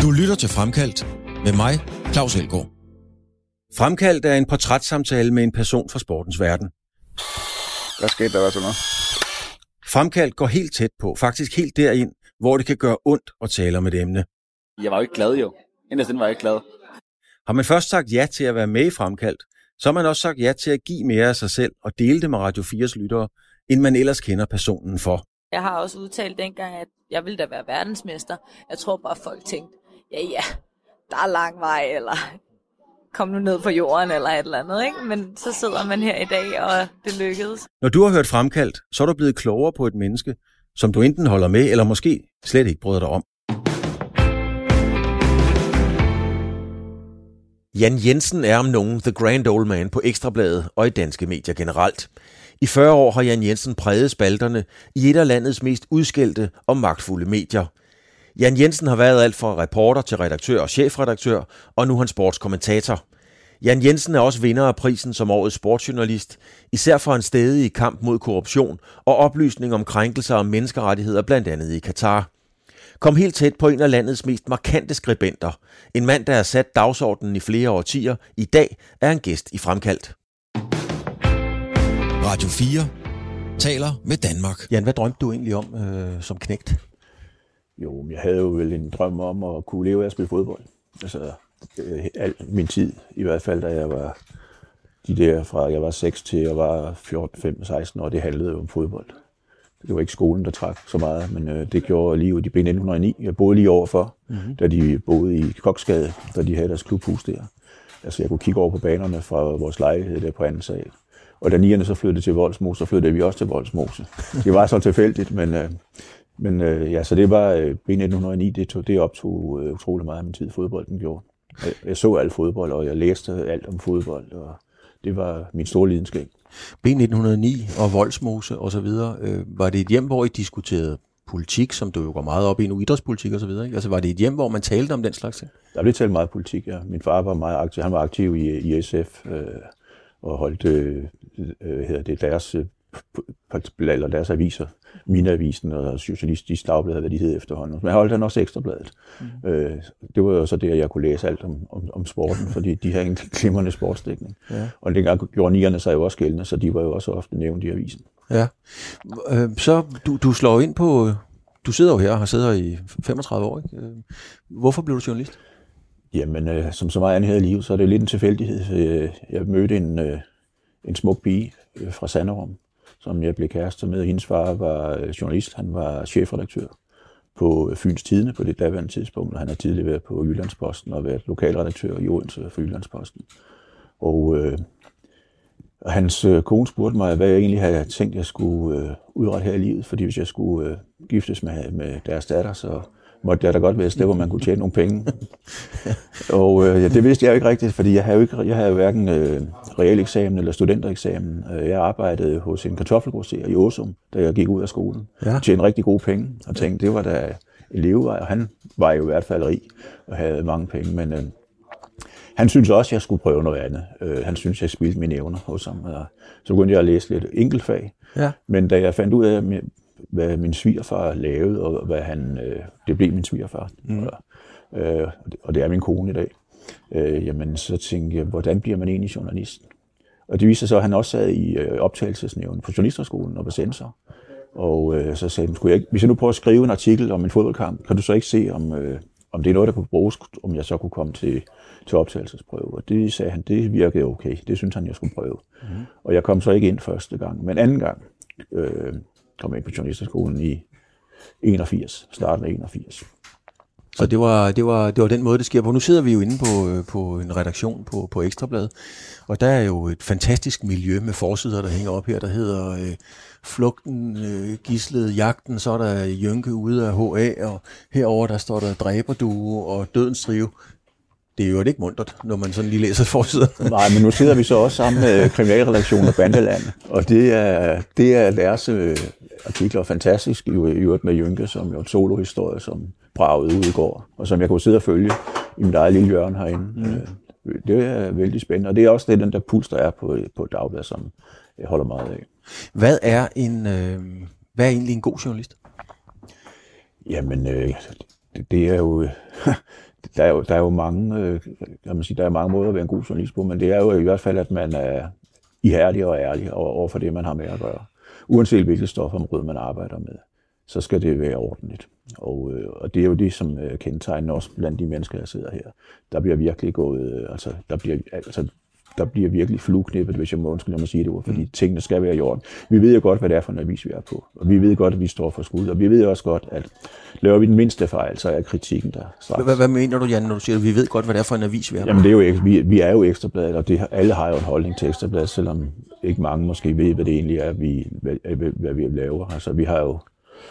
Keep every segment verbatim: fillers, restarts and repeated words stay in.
Du lytter til Fremkaldt med mig, Claus Elgaard. Fremkaldt er en portrætsamtale med en person fra sportens verden. Hvad skete der så noget? Fremkaldt går helt tæt på, faktisk helt derind, hvor det kan gøre ondt at tale om et emne. Jeg var jo ikke glad jo. Inderst var jeg ikke glad. Har man først sagt ja til at være med i Fremkaldt, så har man også sagt ja til at give mere af sig selv og dele det med Radio fires lyttere, end man ellers kender personen for. Jeg har også udtalt dengang, at jeg ville da være verdensmester. Jeg tror bare, folk tænkte, ja ja, der er lang vej, eller kom nu ned på jorden, eller et eller andet, ikke? Men så sidder man her i dag, og det lykkedes. Når du har hørt Fremkaldt, så er du blevet klogere på et menneske, som du enten holder med, eller måske slet ikke bryder dig om. Jan Jensen er om nogen the grand old man på Ekstrabladet og i danske medier generelt. I fyrre år har Jan Jensen præget spalterne i et af landets mest udskældte og magtfulde medier. Jan Jensen har været alt fra reporter til redaktør og chefredaktør, og nu er han sportskommentator. Jan Jensen er også vinder af prisen som årets sportsjournalist, især for en stædig kamp mod korruption og oplysning om krænkelser af menneskerettigheder, blandt andet i Katar. Kom helt tæt på en af landets mest markante skribenter. En mand, der har sat dagsordenen i flere årtier. I dag er han gæst i Fremkaldt. Radio fire taler med Danmark. Jan, hvad drømte du egentlig om øh, som knægt? Jo, jeg havde jo vel en drøm om at kunne leve af at spille fodbold. Altså, al min tid, i hvert fald, da jeg var de der fra jeg var seks til jeg var fjorten, femten, seksten år, det handlede jo om fodbold. Det var ikke skolen, der trak så meget, men øh, det gjorde livet. De blev nitten hundrede og ni. Jeg boede lige overfor, mm-hmm. da de boede i Koksgade, da de havde deres klubhus der. Altså, jeg kunne kigge over på banerne fra vores lejlighed der på anden sal. Og da nierne så flyttede til Vollsmose, så flyttede vi også til Vollsmose. Det var så tilfældigt, men, øh, men øh, ja, så det var øh, nitten hundrede og ni, det, tog, det optog øh, utrolig meget af min tid, fodbolden gjorde. Jeg, jeg så alt fodbold, og jeg læste alt om fodbold, og det var min store lidenskab. B nitten hundrede og ni og Vollsmose og så videre, øh, var det et hjem, hvor I diskuterede politik, som du jo går meget op i nu, idrætspolitik og så videre, ikke? Altså var det et hjem, hvor man talte om den slags ting? Der blev talt meget politik, ja. Min far var meget aktiv, han var aktiv i, i S F, øh, og holdt øh, øh, hedder det, deres, øh, eller deres aviser, Mineavisen og Socialistisk Dagblad, hvad de hed efterhånden. Men jeg holdt han også Ekstrabladet. Mm. Øh, det var jo så det, at jeg kunne læse alt om, om, om sporten, fordi de havde en glimrende sportsdækning. Ja. Og dengang gjorde nierne sig jo også gældende, så de var jo også ofte nævnt i avisen. Ja. Øh, så du, du slår ind på, du sidder jo her og har siddet her i femogtredive år, ikke? Hvorfor blev du journalist? Jamen, øh, som så meget andet her i livet, så er det lidt en tilfældighed. Jeg mødte en, øh, en smuk pige øh, fra Sanderum, som jeg blev kæreste med. Hendes far var journalist, han var chefredaktør på Fyns Tidende på det daværende tidspunkt, og han har tidligere været på Jyllandsposten og været lokalredaktør i Odense for Jyllandsposten. Og, øh, og hans øh, kone spurgte mig, hvad jeg egentlig havde tænkt, jeg skulle øh, udrette her i livet, fordi hvis jeg skulle øh, giftes med, med deres datter, så måtte jeg da godt være et sted, hvor man kunne tjene nogle penge. Og øh, ja, det vidste jeg jo ikke rigtigt, fordi jeg havde jo ikke, jeg havde jo hverken øh, realeksamen eller studentereksamen. Jeg arbejdede hos en kartoffelgrosserer i Åsum, da jeg gik ud af skolen. Ja. Tjente rigtig gode penge, og tænkte, det var da en levevej, og han var jo i hvert fald rig og havde mange penge, men øh, han syntes også, at jeg skulle prøve noget andet. Øh, han syntes, at jeg spildte mine evner hos ham. Og så begyndte jeg at læse lidt enkeltfag, ja. Men da jeg fandt ud af, hvad min svigerfar lavede, og hvad han, øh, det blev min svigerfar, mm. og, øh, og det er min kone i dag, øh, jamen så tænkte jeg, hvordan bliver man egentlig journalist? Og det viste sig så, at han også sad i øh, optagelsesnævnet på journalisterskolen og var censor. Og øh, så sagde han, skulle jeg ikke, hvis jeg nu prøver at skrive en artikel om en fodboldkamp, kan du så ikke se, om, øh, om det er noget, der kunne bruges, om jeg så kunne komme til, til optagelsesprøve. Og det sagde han, det virkede okay, det synes han, jeg skulle prøve. Mm. Og jeg kom så ikke ind første gang, men anden gang, øh, kom jeg ind på journalisterskolen i enogfirs, starten af enogfirs. Så det var, det, var, det var den måde, det sker på. Nu sidder vi jo inde på, på en redaktion på, på Ekstrabladet, og der er jo et fantastisk miljø med forsider, der hænger op her, der hedder øh, Flugten, øh, Gidslet, Jagten, så er der Jønke ude af H A, og herover der står der Dræberdue og Dødens Trio. Det er jo ikke muntert, når man sådan lige læser forsider. Nej, men nu sidder vi så også sammen med kriminalredaktionen og Bandeland, og det er, det er deres øh, artikler fantastisk, i øvrigt med Jønke, som jo en solohistorie, som bragede ud i går, og som jeg kunne sidde og følge i mit eget lille hjørne herinde. Mm. Det er vældig spændende, og det er også det, den der puls, der er på, på Dagblad, som jeg holder meget af. Hvad er, en, øh, hvad er egentlig en god journalist? Jamen, øh, det, det er jo... der er jo, der er jo mange, øh, kan man sige, der er mange måder at være en god journalist på, men det er jo i hvert fald, at man er ihærdig og ærlig over for det, man har med at gøre. Uanset hvilket stofområde man arbejder med, så skal det være ordentligt. Og, øh, og det er jo det, som øh, kendetegner også blandt de mennesker, der sidder her. Der bliver virkelig gået, øh, altså, der bliver, altså, der bliver virkelig flueknippet, hvis jeg må undskylde, at sige det ord, fordi mm. tingene skal være i orden. Vi ved jo godt, hvad det er for en avis, vi er på. Og vi ved godt, at vi står for skud. Og vi ved også godt, at laver vi den mindste fejl, så er kritikken der straks. Hvad, hvad mener du, Jan, når du siger, at vi ved godt, hvad det er for en avis, vi er på? Jamen, det er jo, vi, vi er jo Ekstrabladet, og det, alle har jo en holdning til Ekstrabladet, selvom ikke mange måske ved, hvad det egentlig er, vi, hvad, hvad vi laver. Altså, vi har jo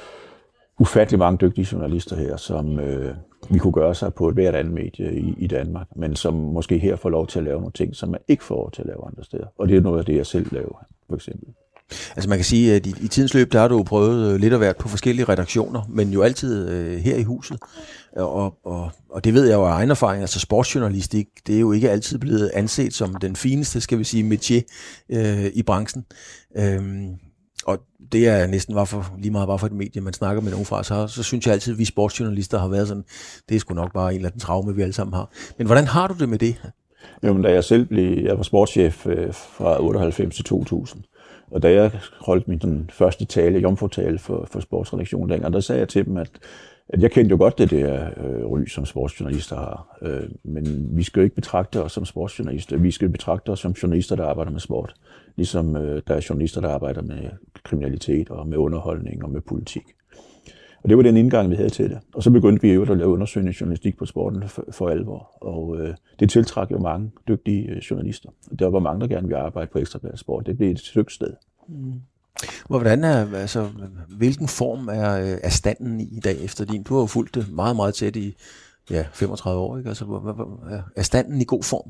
ufattelig mange dygtige journalister her, som øh, vi kunne gøre sig på et hvert andet medie i, i Danmark, men som måske her får lov til at lave nogle ting, som man ikke får lov til at lave andre steder. Og det er noget af det, jeg selv laver, for eksempel. Altså man kan sige, at i, i tidens løb, der har du jo prøvet lidt at være på forskellige redaktioner, men jo altid øh, her i huset. Og, og, og det ved jeg jo af egen erfaring, altså sportsjournalistik, det er jo ikke altid blevet anset som den fineste, skal vi sige, métier øh, i branchen. Øhm, og det er næsten var for, lige meget bare for et medie, man snakker med nogen fra, så, så synes jeg altid, at vi sportsjournalister har været sådan, det er sgu nok bare en eller anden traume, vi alle sammen har. Men hvordan har du det med det? Jamen, da jeg selv blev, jeg var sportschef øh, fra otteoghalvfems til to tusind, og da jeg holdt min den første tale, jomfrutale for, for sportsredaktionen dengang, der sagde jeg til dem, at, at jeg kendte jo godt det der øh, ry, som sportsjournalister har, øh, men vi skal jo ikke betragte os som sportsjournalister, vi skal betragte os som journalister, der arbejder med sport. Ligesom øh, der er journalister, der arbejder med kriminalitet og med underholdning og med politik. Og det var den indgang, vi havde til det. Og så begyndte vi jo at lave undersøgende journalistik på sporten for, for alvor. Og øh, det tiltrak jo mange dygtige øh, journalister. Og der var mange, der gerne ville arbejde på Ekstrabladet Sport. Det blev et stykke sted. Mm. Hvordan er, altså, hvilken form er, er standen i i dag efter din? Du har jo fulgt det meget, meget tæt i ja, femogtredive år, ikke? Altså, er standen i god form?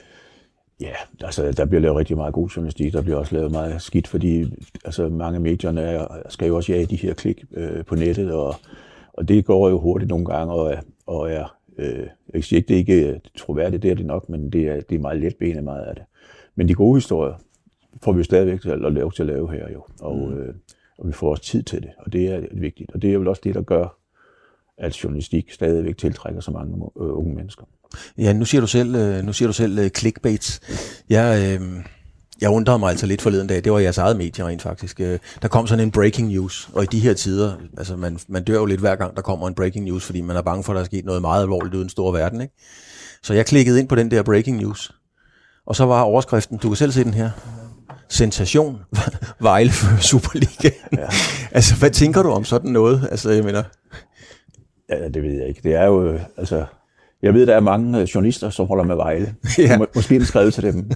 Ja, altså der bliver lavet rigtig meget god journalistik, der bliver også lavet meget skidt, fordi altså, mange medierne er, skal jo også jage de her klik øh, på nettet, og, og det går jo hurtigt nogle gange, og, og er, øh, jeg siger ikke, det er ikke troværdigt, det er det nok, men det er, det er meget letbenet meget af det. Men de gode historier får vi jo stadigvæk til at lave, til at lave her jo, og, mm. øh, og vi får også tid til det, og det er vigtigt, og det er vel også det, der gør, at journalistik stadigvæk tiltrækker så mange øh, unge mennesker. Ja, nu siger du selv, nu siger du selv clickbaits. Jeg, øh, jeg undrede mig altså lidt forleden dag. Det var jeres eget medie rent faktisk. Der kom sådan en breaking news, og i de her tider, altså man, man dør jo lidt hver gang, der kommer en breaking news, fordi man er bange for, at der er sket noget meget alvorligt ude i den store verden, ikke? Så jeg klikkede ind på den der breaking news, og så var overskriften, du kan selv se den her, sensation, Vejle for Superligaen. Ja. Altså, hvad tænker du om sådan noget? Altså, jeg mener... Ja, det ved jeg ikke. Det er jo, altså... Jeg ved, der er mange journalister, som holder med Vejle. Ja. Må, måske en skrevet til dem.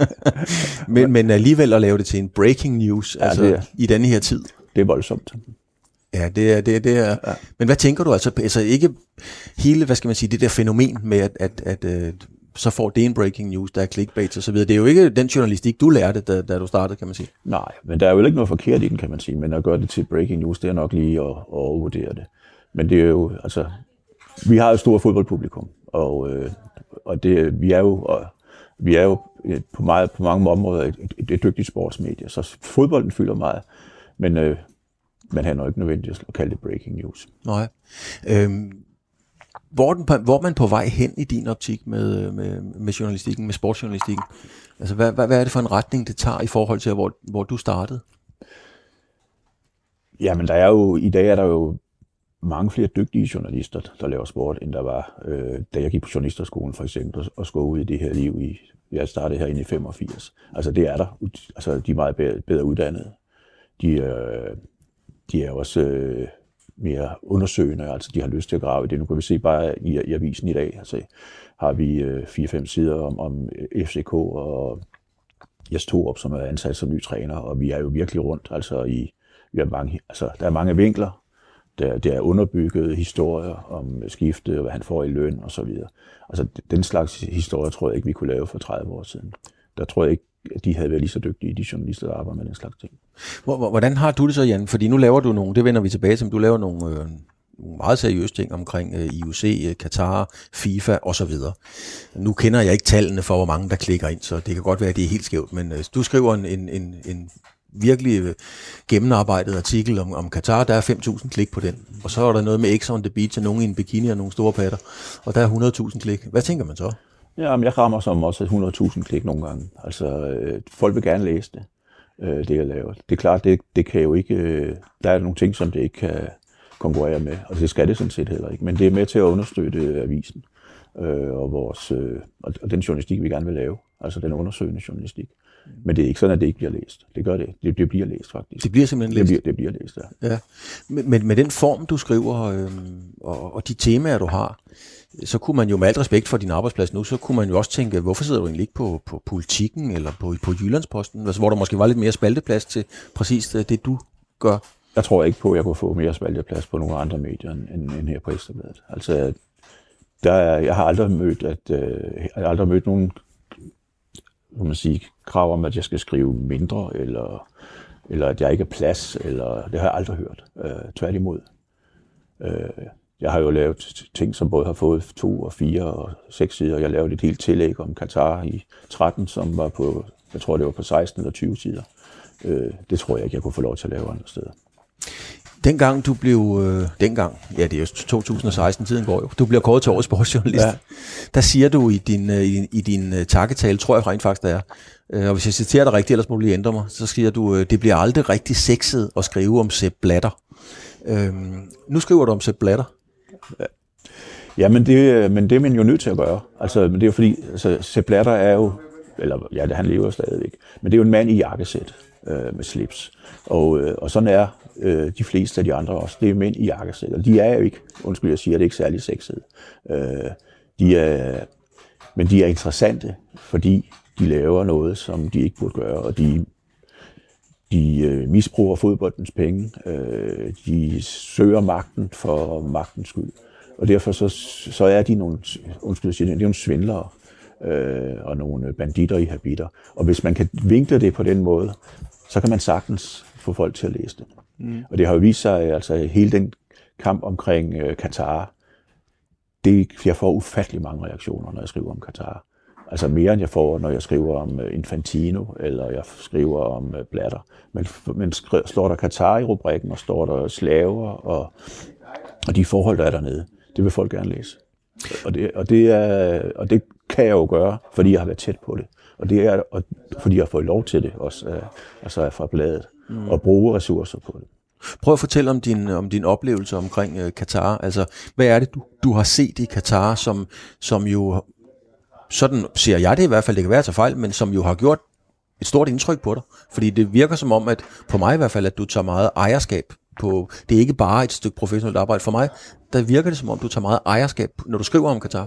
men, men alligevel at lave det til en breaking news, ja, altså, det er, i denne her tid. Det er voldsomt. Ja, det er... Det, det er ja. Men hvad tænker du altså? Altså ikke hele, hvad skal man sige, det der fænomen med, at, at, at, at så får det en breaking news, der er clickbait og så videre. Det er jo ikke den journalistik, du lærte, da, da du startede, kan man sige. Nej, men der er jo ikke noget forkert i den, kan man sige. Men at gøre det til breaking news, det er nok lige at, at overvurdere det. Men det er jo, altså... Vi har et stort fodboldpublikum, og, øh, og det, vi er jo, og, vi er jo på, meget, på mange områder et, et, et dygtigt sportsmedie, så fodbolden fylder meget, men øh, man har nok ikke nødvendigt at kalde det breaking news. Nej. Øhm, hvor, er den, hvor er man på vej hen i din optik med, med, med journalistikken, med sportsjournalistikken? Altså, hvad, hvad, hvad er det for en retning, det tager i forhold til, hvor, hvor du startede? Jamen, der er jo, i dag er der jo mange flere dygtige journalister, der laver sport, end der var, øh, da jeg gik på journalisterskolen for eksempel, og skulle ud i det her liv i, jeg startede herinde i femogfirs. Altså det er der, altså de er meget bedre, bedre uddannede. De, øh, de er også øh, mere undersøgende, altså de har lyst til at grave i det. Nu kan vi se bare i, i avisen i dag, altså har vi øh, fire fem sider om, om F C K og Jes Torup, som er ansat som ny træner, og vi er jo virkelig rundt, altså i, vi har mange, altså der er mange vinkler. Der, der er underbygget historier om skifte, og hvad han får i løn og så videre. Altså den slags historier tror jeg ikke, vi kunne lave for tredive år siden. Der tror jeg ikke, at de havde været lige så dygtige, de journalister, der arbejder med den slags ting. Hvordan har du det så, Jan? Fordi nu laver du nogle, det vender vi tilbage til, du laver nogle, øh, nogle meget seriøse ting omkring øh, I O C, øh, Katar, FIFA og så videre. Nu kender jeg ikke tallene for, hvor mange der klikker ind, så det kan godt være, at det er helt skævt, men øh, du skriver en, en, en, en virkelig øh, gennemarbejdet artikel om, om Katar, der er fem tusind klik på den. Og så er der noget med X on the beach og nogen i en bikini og nogle store patter, og der er hundrede tusind klik. Hvad tænker man så? Jamen, jeg rammer som også hundrede tusind klik nogle gange. Altså, øh, folk vil gerne læse det, øh, det jeg laver. Det er klart, det, det kan jo ikke... Øh, der er nogle ting, som det ikke kan konkurrere med, og det skal det sådan set heller ikke. Men det er med til at understøtte avisen øh, og, vores, øh, og den journalistik, vi gerne vil lave. Altså den undersøgende journalistik. Men det er ikke sådan, at det ikke bliver læst. Det gør det. Det, det bliver læst, faktisk. Det bliver simpelthen læst? Det bliver, det bliver læst, ja. ja. Men med den form, du skriver, øh, og, og de temaer, du har, så kunne man jo med alt respekt for din arbejdsplads nu, så kunne man jo også tænke, hvorfor sidder du egentlig ikke på, på Politikken eller på, på Jyllandsposten, altså, hvor der måske var lidt mere spalteplads til præcis det, du gør? Jeg tror ikke på, at jeg kunne få mere spalteplads på nogle andre medier end, end her på Ekstra Bladet. Altså, der er, jeg har aldrig mødt, at, øh, jeg har aldrig mødt nogen kan man sige, krav om, at jeg skal skrive mindre, eller, eller at jeg ikke er plads, eller det har jeg aldrig hørt. Øh, tværtimod. Øh, jeg har jo lavet ting, som både har fået to og fire og seks sider. Jeg lavede et helt tillæg om Katar i tretten, som var på, jeg tror det var på seksten eller tyve sider. Øh, det tror jeg ikke, jeg kunne få lov til at lave andre steder. Dengang du blev, øh, dengang, ja det er jo to tusind og seksten, tiden går jo, du bliver kåret til årets sportsjournalist. Ja. Der siger du i din, øh, i, i din øh, takketale, tror jeg rent faktisk, der er, øh, og hvis jeg citerer dig rigtigt, ellers må du lige ændre mig, så siger du, øh, det bliver aldrig rigtig sexet at skrive om Sepp Blatter. Øh, nu skriver du om Sepp Blatter. Ja, ja men, det, men det er man jo nødt til at gøre. Altså, det er jo fordi, altså, Sepp Blatter er jo, eller ja, det, han lever stadigvæk, men det er jo en mand i jakkesæt øh, med slips. Og, øh, og sådan er øh, de fleste af de andre også. Det er mænd i jakkesæt, og de er jo ikke, undskyld jeg siger, det er ikke særlig sexede. Øh, de er, men de er interessante, fordi de laver noget, som de ikke burde gøre, og de, de øh, misbruger fodboldens penge. Øh, de søger magten for magtens skyld. Og derfor så, så er de nogle, undskyld jeg siger, det er nogle svindlere øh, og nogle banditter i habitter. Og hvis man kan vinkle det på den måde, så kan man sagtens få folk til at læse det. Mm. Og det har jo vist sig, altså hele den kamp omkring øh, Katar, det, jeg får ufattelig mange reaktioner, når jeg skriver om Katar. Altså mere end jeg får, når jeg skriver om øh, Infantino, eller jeg skriver om øh, Blatter. Men, men skri- står der Katar i rubrikken, og står der slaver, og, og de forhold, der er dernede, det vil folk gerne læse. Og det, og, det er, og det kan jeg jo gøre, fordi jeg har været tæt på det. Og det er, og fordi jeg har fået lov til det, også øh, altså fra bladet, mm. og bruge ressourcer på det. Prøv at fortælle om din, om din oplevelse omkring øh, Katar. Altså, hvad er det, du, du har set i Katar, som, som jo, sådan siger jeg det i hvert fald, det kan være at tage fejl, men som jo har gjort et stort indtryk på dig? Fordi det virker som om, at på mig i hvert fald, at du tager meget ejerskab på, det er ikke bare et stykke professionelt arbejde. For mig, der virker det som om, du tager meget ejerskab, når du skriver om Katar.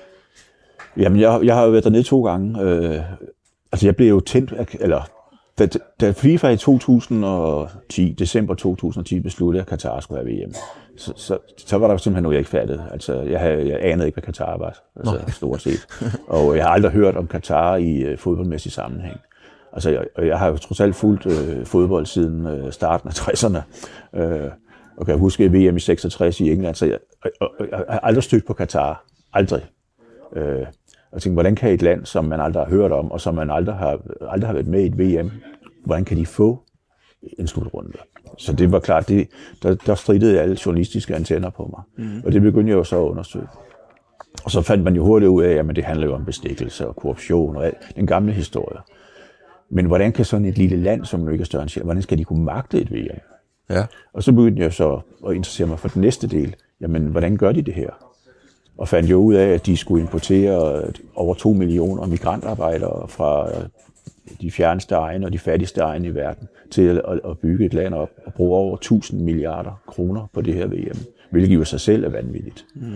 Jamen, jeg, jeg har jo været dernede to gange. Øh, altså, jeg blev jo tændt, eller da, da FIFA i to tusind og ti, december to tusind og ti, besluttede, at Katar skulle have V M, så, så, så var der simpelthen noget, jeg ikke fattede. Altså, jeg, havde, jeg anede ikke, hvad Katar var, altså, stort set. Og jeg har aldrig hørt om Katar i uh, fodboldmæssig sammenhæng. Altså, jeg, jeg har jo trods alt fulgt uh, fodbold siden uh, starten af tresserne. Uh, og kan jeg huske V M i seksogtres i England, så jeg, og, og, og, jeg har aldrig stødt på Katar. Aldrig. Uh, og tænkte, hvordan kan et land, som man aldrig har hørt om, og som man aldrig har, aldrig har været med i et V M, hvordan kan de få en slutrunde? Så det var klart, det, der, der stridede alle journalistiske antenner på mig. Mm. Og det begyndte jeg jo så at undersøge. Og så fandt man jo hurtigt ud af, at det handler jo om bestikkelse og korruption og alt, den gamle historie. Men hvordan kan sådan et lille land, som nu ikke er større end Sjælland, hvordan skal de kunne magte et V M? Ja. Og så begyndte jeg så at interessere mig for den næste del. Jamen, hvordan gør de det her? Og fandt jo ud af, at de skulle importere over to millioner migrantarbejdere fra de fjerneste egne og de fattigste egne i verden til at bygge et land op og bruge over tusind milliarder kroner på det her V M, hvilket jo sig selv er vanvittigt. Mm.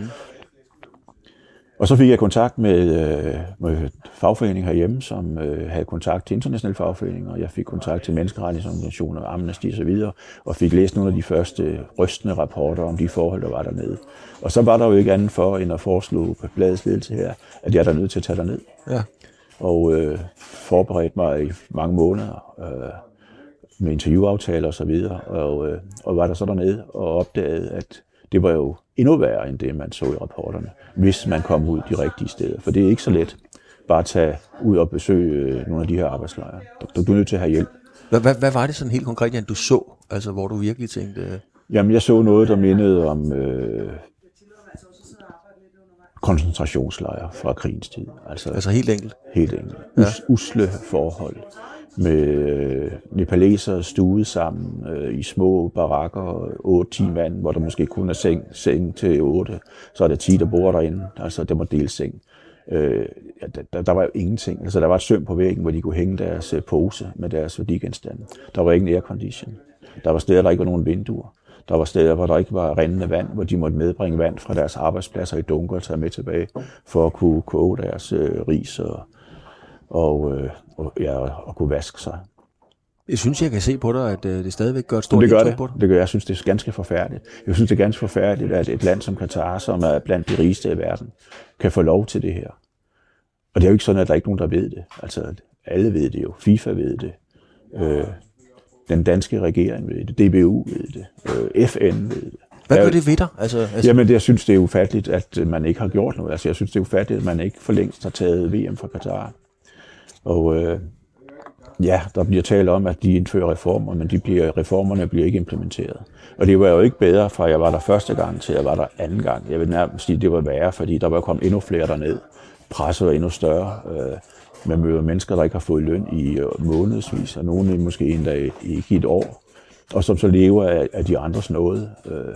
Og så fik jeg kontakt med, med fagforeninger herhjemme, som havde kontakt til internationale fagforeninger. Jeg fik kontakt til menneskerettighedsorganisationer, Amnesty og så videre, og fik læst nogle af de første rystende rapporter om de forhold, der var dernede. Og så var der jo ikke andet for, end at foreslå på bladets ledelse her, at jeg er nødt til at tage derned. Ja. Og øh, forberedte mig i mange måneder øh, med interviewaftaler og så videre, og, øh, og var der så dernede og opdagede, at det var jo endnu værre end det, man så i rapporterne, hvis man kom ud de rigtige steder. For det er ikke så let bare at tage ud og besøge nogle af de her arbejdslejre. Du er nødt til at have hjælp. Hvad, hvad, hvad var det sådan helt konkret, Jan, du så, altså hvor du virkelig tænkte... Jamen, jeg så noget, der mindede om øh, koncentrationslejre fra krigens tid. Altså, altså helt enkelt? Helt enkelt. Us, ja. Usle forhold med øh, nepalesere stuet sammen øh, i små barakker, otte ti mand, hvor der måske kun er seng, seng til otte. Så er der ti, der bor derinde, altså der må dele seng. Øh, ja, der, der var jo ingenting. Altså, der var et søm på væggen, hvor de kunne hænge deres øh, pose med deres værdigenstande. Der var ingen aircondition. Der var steder, der ikke var nogen vinduer. Der var steder, hvor der ikke var rindende vand, hvor de måtte medbringe vand fra deres arbejdspladser i dunker og tage med tilbage, for at kunne koge deres øh, ris og, og, øh, og, ja, og kunne vaske sig. Jeg synes, jeg kan se på dig, at øh, det stadigvæk gør et stort indtryk på dig. Det gør jeg. synes, det er ganske forfærdeligt. Jeg synes, det er ganske forfærdeligt, at et land som Katar, som er blandt de rigeste i verden, kan få lov til det her. Og det er jo ikke sådan, at der er ikke nogen, der ved det. Altså, alle ved det jo. FIFA ved det. Øh, Den danske regering ved det, D B U ved det, øh, F N ved det. Hvad gør det ved dig? Altså, altså... Jamen, det, jeg synes, det er ufatteligt, at man ikke har gjort noget. Altså, jeg synes, det er ufatteligt, at man ikke for længst har taget V M fra Katar. Og øh, ja, der bliver talt om, at de indfører reformer, men de bliver, reformerne bliver ikke implementeret. Og det var jo ikke bedre, fra jeg var der første gang til jeg var der anden gang. Jeg vil nærmest sige, at det var værre, fordi der var kommet endnu flere derned. Presset var endnu større. Øh, Man møder mennesker, der ikke har fået løn i månedsvis, og nogle måske endda ikke i et år, og som så lever af, af de andres noget.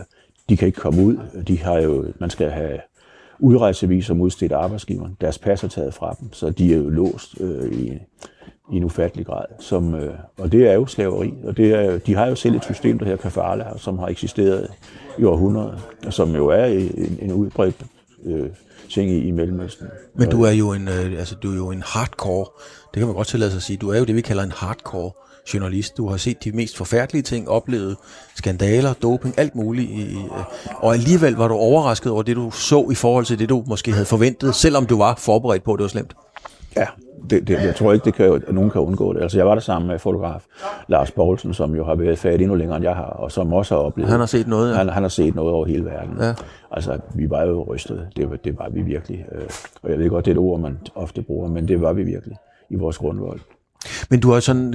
De kan ikke komme ud. De har jo, man skal have udrejseviser modstedt arbejdsgiveren. Deres pas er taget fra dem, så de er jo låst øh, i, i en ufattelig grad. Som, øh, og det er jo slaveri. Og det er, de har jo selv et system, der hedder kafala, som har eksisteret i århundreder, og som jo er en, en udbredt øh, ting i, i Mellemøsten. Men du er jo en, øh, altså du er jo en hardcore, det kan man godt tillade sig at sige, du er jo det, vi kalder en hardcore journalist. Du har set de mest forfærdelige ting, oplevet skandaler, doping, alt muligt. I, øh, og alligevel var du overrasket over det, du så i forhold til det, du måske havde forventet, selvom du var forberedt på, at det var slemt. Ja, det, det, jeg tror ikke, det kan, at nogen kan undgå det. Altså, jeg var der sammen med fotograf Lars Poulsen, som jo har været færdig endnu længere, end jeg har, og som også har oplevet... Han har set noget, ja. Han, han har set noget over hele verden. Ja. Altså, vi var jo rystede. Det, det var vi virkelig. Og jeg ved godt, det er et ord, man ofte bruger, men det var vi virkelig i vores grundvold. Men du har sådan...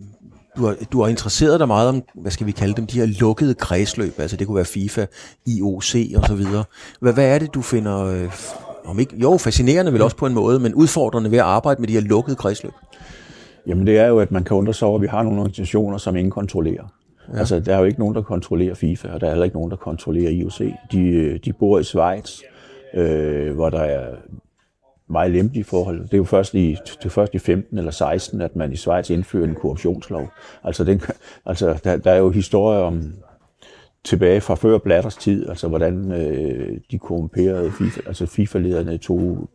Du har, du har interesseret dig meget om, hvad skal vi kalde dem, de her lukkede kredsløb, altså det kunne være FIFA, I O C og så videre. Hvad, hvad er det, du finder... Øh, Om ikke, jo, fascinerende vel også på en måde, men udfordrende ved at arbejde med de her lukkede kredsløb? Jamen det er jo, at man kan undre sig over, at vi har nogle organisationer, som ingen kontrollerer. Ja. Altså, der er jo ikke nogen, der kontrollerer FIFA, og der er heller ikke nogen, der kontrollerer I O C. De, de bor i Schweiz, øh, hvor der er meget lempelige forhold. Det er jo først i, det er først i femten eller seksten, at man i Schweiz indfører en korruptionslov. Altså, den, altså der, der er jo historier om... tilbage fra før Blatters tid, altså hvordan øh, de korrumperede FIFA, altså FIFA-lederne tog,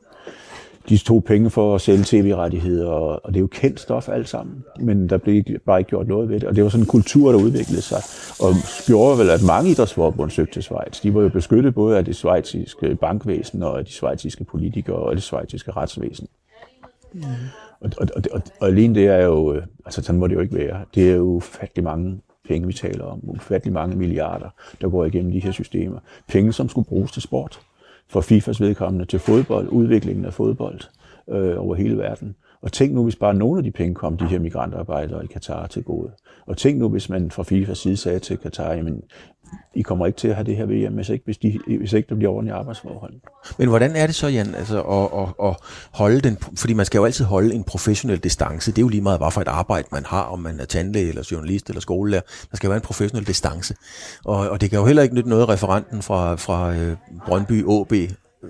de tog penge for at sælge tv-rettigheder, og, og det er jo kendt stof alt sammen, men der blev bare ikke gjort noget ved det, og det var sådan en kultur, der udviklede sig, og gjorde vel, at mange idrætsforbund søgte til Schweiz. De var jo beskyttet både af det schweiziske bankvæsen, og af de schweiziske politikere, og det schweiziske retsvæsen. Mm. Og, og, og, og, og alene det er jo, altså sådan må det jo ikke være, det er jo fattelig mange penge, vi taler om. Ufattelig mange milliarder, der går igennem de her systemer. Penge, som skulle bruges til sport. For FIFAs vedkommende til fodbold, udviklingen af fodbold øh, over hele verden. Og tænk nu, hvis bare nogle af de penge kom de her migrantarbejdere i Katar til gode. Og tænk nu, hvis man fra FIFAs side sagde til Katar, jamen, I kommer ikke til at have det her V M, hvis ikke, hvis de, hvis ikke der bliver ordentlige arbejdsforhold. Men hvordan er det så, Jan, altså at, at, at holde den, fordi man skal jo altid holde en professionel distance. Det er jo lige meget, hvad for et arbejde man har, om man er tandlæge eller journalist eller skolelærer. Der skal jo være en professionel distance. Og, og det kan jo heller ikke nytte noget, referenten fra, fra øh, Brøndby A B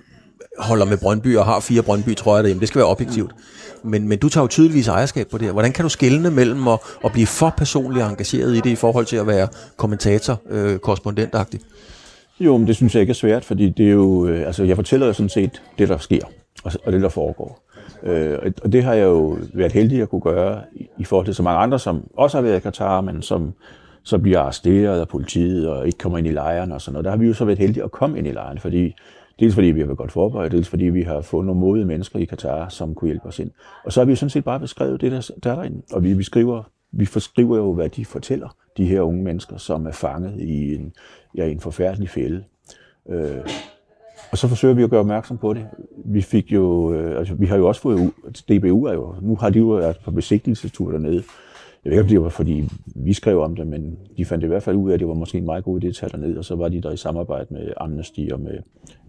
holder med Brøndby og har fire Brøndby, tror jeg, derhjemme. Det skal være objektivt. Men, men du tager jo tydeligvis ejerskab på det her. Hvordan kan du skelne mellem at, at blive for personligt engageret i det, i forhold til at være kommentator, øh, korrespondentagtig? Jo, men det synes jeg ikke er svært, fordi det er jo, øh, altså jeg fortæller jo sådan set det, der sker, og, og det, der foregår. Øh, og det har jeg jo været heldig at kunne gøre i, i forhold til så mange andre, som også har været i Katar, men som så bliver arresteret af politiet og ikke kommer ind i lejrene og sådan noget. Der har vi jo så været heldige at komme ind i lejrene, fordi dels fordi vi har været godt forberedt, dels fordi vi har fået nogle modige mennesker i Katar, som kunne hjælpe os ind. Og så har vi jo sådan set bare beskrevet det, der, der er derinde. Og vi beskriver, vi forskriver jo, hvad de fortæller, de her unge mennesker, som er fanget i en, ja, en forfærdelig fælde. Øh, og så forsøger vi at gøre opmærksom på det. Vi fik jo, øh, altså vi har jo også fået, D B U er jo, nu har de jo været på besigtigelsestur dernede Jeg ved ikke, om det var, fordi vi skrev om det, men de fandt i hvert fald ud af, at det var måske en meget god idé at tage derned, og så var de der i samarbejde med Amnesty og med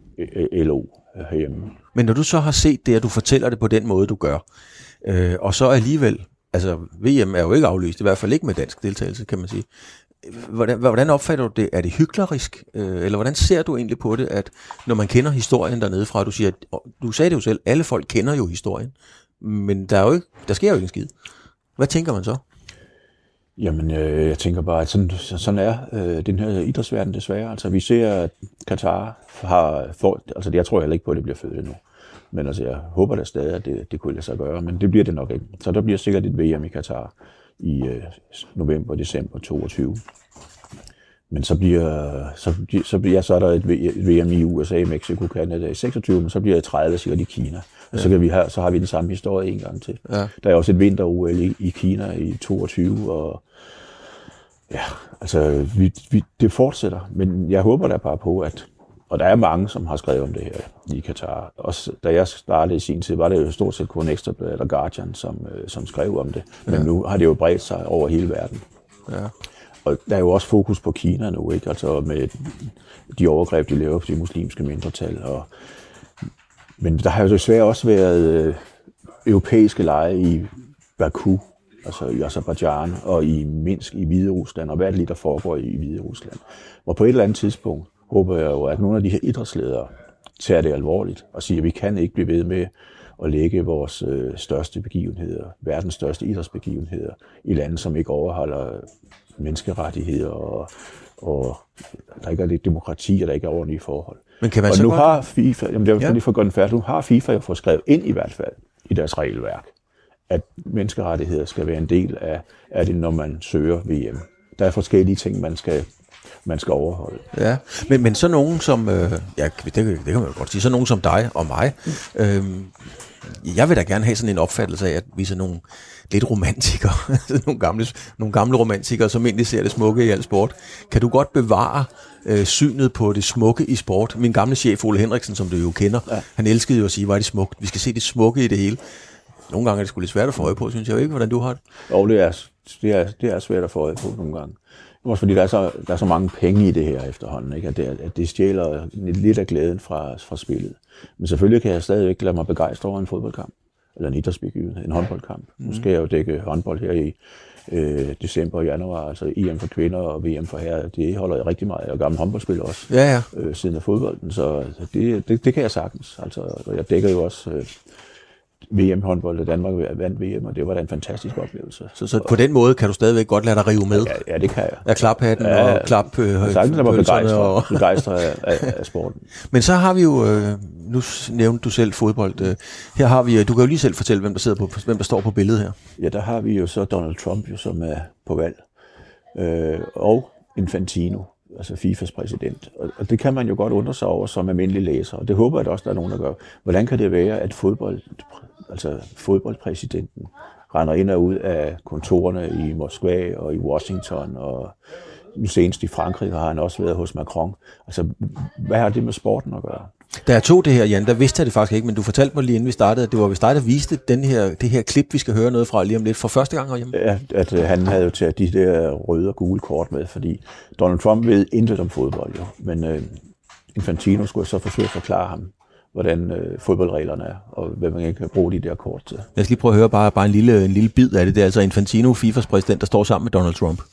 L O herhjemme. Men når du så har set det, og du fortæller det på den måde, du gør, øh, og så alligevel, altså V M er jo ikke aflyst, i hvert fald ikke med dansk deltagelse, kan man sige. Hvordan, hvordan opfatter du det? Er det hyklerisk? Øh, eller hvordan ser du egentlig på det, at når man kender historien dernede fra, du siger, du sagde det jo selv, alle folk kender jo historien, men der, er jo ikke, der sker jo ikke en skid. Hvad tænker man så? Jamen, øh, jeg tænker bare, at sådan, sådan er øh, den her idrætsverden desværre. Altså, vi ser, at Katar har... For, altså, jeg tror heller ikke på, at det bliver født endnu. Men altså, jeg håber da stadig, at det, det kunne lade sig gøre. Men det bliver det nok ikke. Så der bliver sikkert et V M i Katar i øh, november og december toogtyve. Men så bliver, så, så, bliver, ja, så er der et V M i U S A, Mexico, Canada i seksogtyve, men så bliver det tredive sikkert i Kina. Og så, kan vi have, så har vi den samme historie en gang til. Ja. Der er også et vinter-O L i, i Kina i toogtyve, og ja, altså, vi, vi, det fortsætter. Men jeg håber da bare på, at, og der er mange, som har skrevet om det her i Katar. Også da jeg startede i sin tid, var det jo stort set kun Ekstrabladet eller Guardian, som, som skrev om det. Men ja. Nu har det jo bredt sig over hele verden. Ja. Og der er jo også fokus på Kina nu, ikke? Altså med de overgreb, de laver på de muslimske mindretal. Og men der har jo desværre også været øh, europæiske lege i Baku, altså i Aserbajdsjan og i Minsk i Hviderusland, og hvad er det lige, der foregår i Hviderusland. Og på et eller andet tidspunkt håber jeg jo, at nogle af de her idrætsledere tager det alvorligt og siger, at vi kan ikke blive ved med at lægge vores øh, største begivenheder, verdens største idrætsbegivenheder, i lande, som ikke overholder menneskerettigheder, og, og der ikke er lidt demokrati, og der ikke er ordentlige forhold. Men kan man og så nu godt... har FIFA, jamen det er ja. lige for godt færdigt, nu har FIFA jo fået skrevet ind i hvert fald i deres regelværk, at menneskerettigheder skal være en del af, af det, når man søger V M. Der er forskellige ting, man skal, man skal overholde. Ja, men, men så nogen som, øh, ja, det, det kan man jo godt sige, så nogen som dig og mig, øh, jeg vil da gerne have sådan en opfattelse af, at vi er sådan nogle lidt romantikere, nogle, gamle, nogle gamle romantikere, som egentlig ser det smukke i al sport. Kan du godt bevare øh, synet på det smukke i sport? Min gamle chef, Ole Henriksen, som du jo kender, ja. Han elskede jo at sige, hvor er det smukt. Vi skal se det smukke i det hele. Nogle gange er det sgu lidt svært at få øje på, synes jeg jo ikke, hvordan du har det. Jo, det er, det er, det er svært at få øje på nogle gange. Også fordi der er, så, der er så mange penge i det her efterhånden, ikke? At, det, at det stjæler lidt af glæden fra, fra spillet. Men selvfølgelig kan jeg stadigvæk lade mig begejstre over en fodboldkamp, eller en idrætsbegivenhed, en håndboldkamp. Mm. Nu skal jeg jo dække håndbold her i øh, december og januar, altså E M for kvinder og V M for herrer. Det holder jeg rigtig meget, og gammel håndboldspiller også, ja, ja. Øh, siden af fodbolden, så det, det, det kan jeg sagtens. Altså, og jeg dækker jo også... Øh, V M-håndbold, og Danmark vandt V M, og det var da en fantastisk oplevelse. Så, så på den måde kan du stadigvæk godt lade dig rive med? Ja, ja det kan jeg. Af klaphatten ja, og klap øh, sagtens er begejstret, og... begejstret af, af, af sporten. Men så har vi jo, øh, nu nævnte du selv fodbold, øh, her har vi, du kan jo lige selv fortælle, hvem der, sidder på, hvem der står på billedet her. Ja, der har vi jo så Donald Trump, jo, som er på valg, øh, og Infantino, altså FIFAs præsident. Og det kan man jo godt undre sig over som almindelig læser, og det håber jeg også, der er nogen, der gør. Hvordan kan det være, at fodbold, altså fodboldpræsidenten render ind og ud af kontorerne i Moskva og i Washington, og nu senest i Frankrig har han også været hos Macron. Altså, hvad har det med sporten at gøre? Da jeg tog det her, Jan, der vidste jeg det faktisk ikke, men du fortalte mig lige inden vi startede, at det var vist dig, der viste den her, det her klip, vi skal høre noget fra lige om lidt, for første gang herhjemme. Ja, at, at han havde jo taget de der røde og gule kort med, fordi Donald Trump ved intet om fodbold, jo. Men øh, Infantino skulle så forsøge at forklare ham, hvordan øh, fodboldreglerne er, og hvad man ikke kan bruge de der kort til. Jeg skal lige prøve at høre bare, bare en, lille, en lille bid af det. Det er altså Infantino, FIFAs præsident, der står sammen med Donald Trump.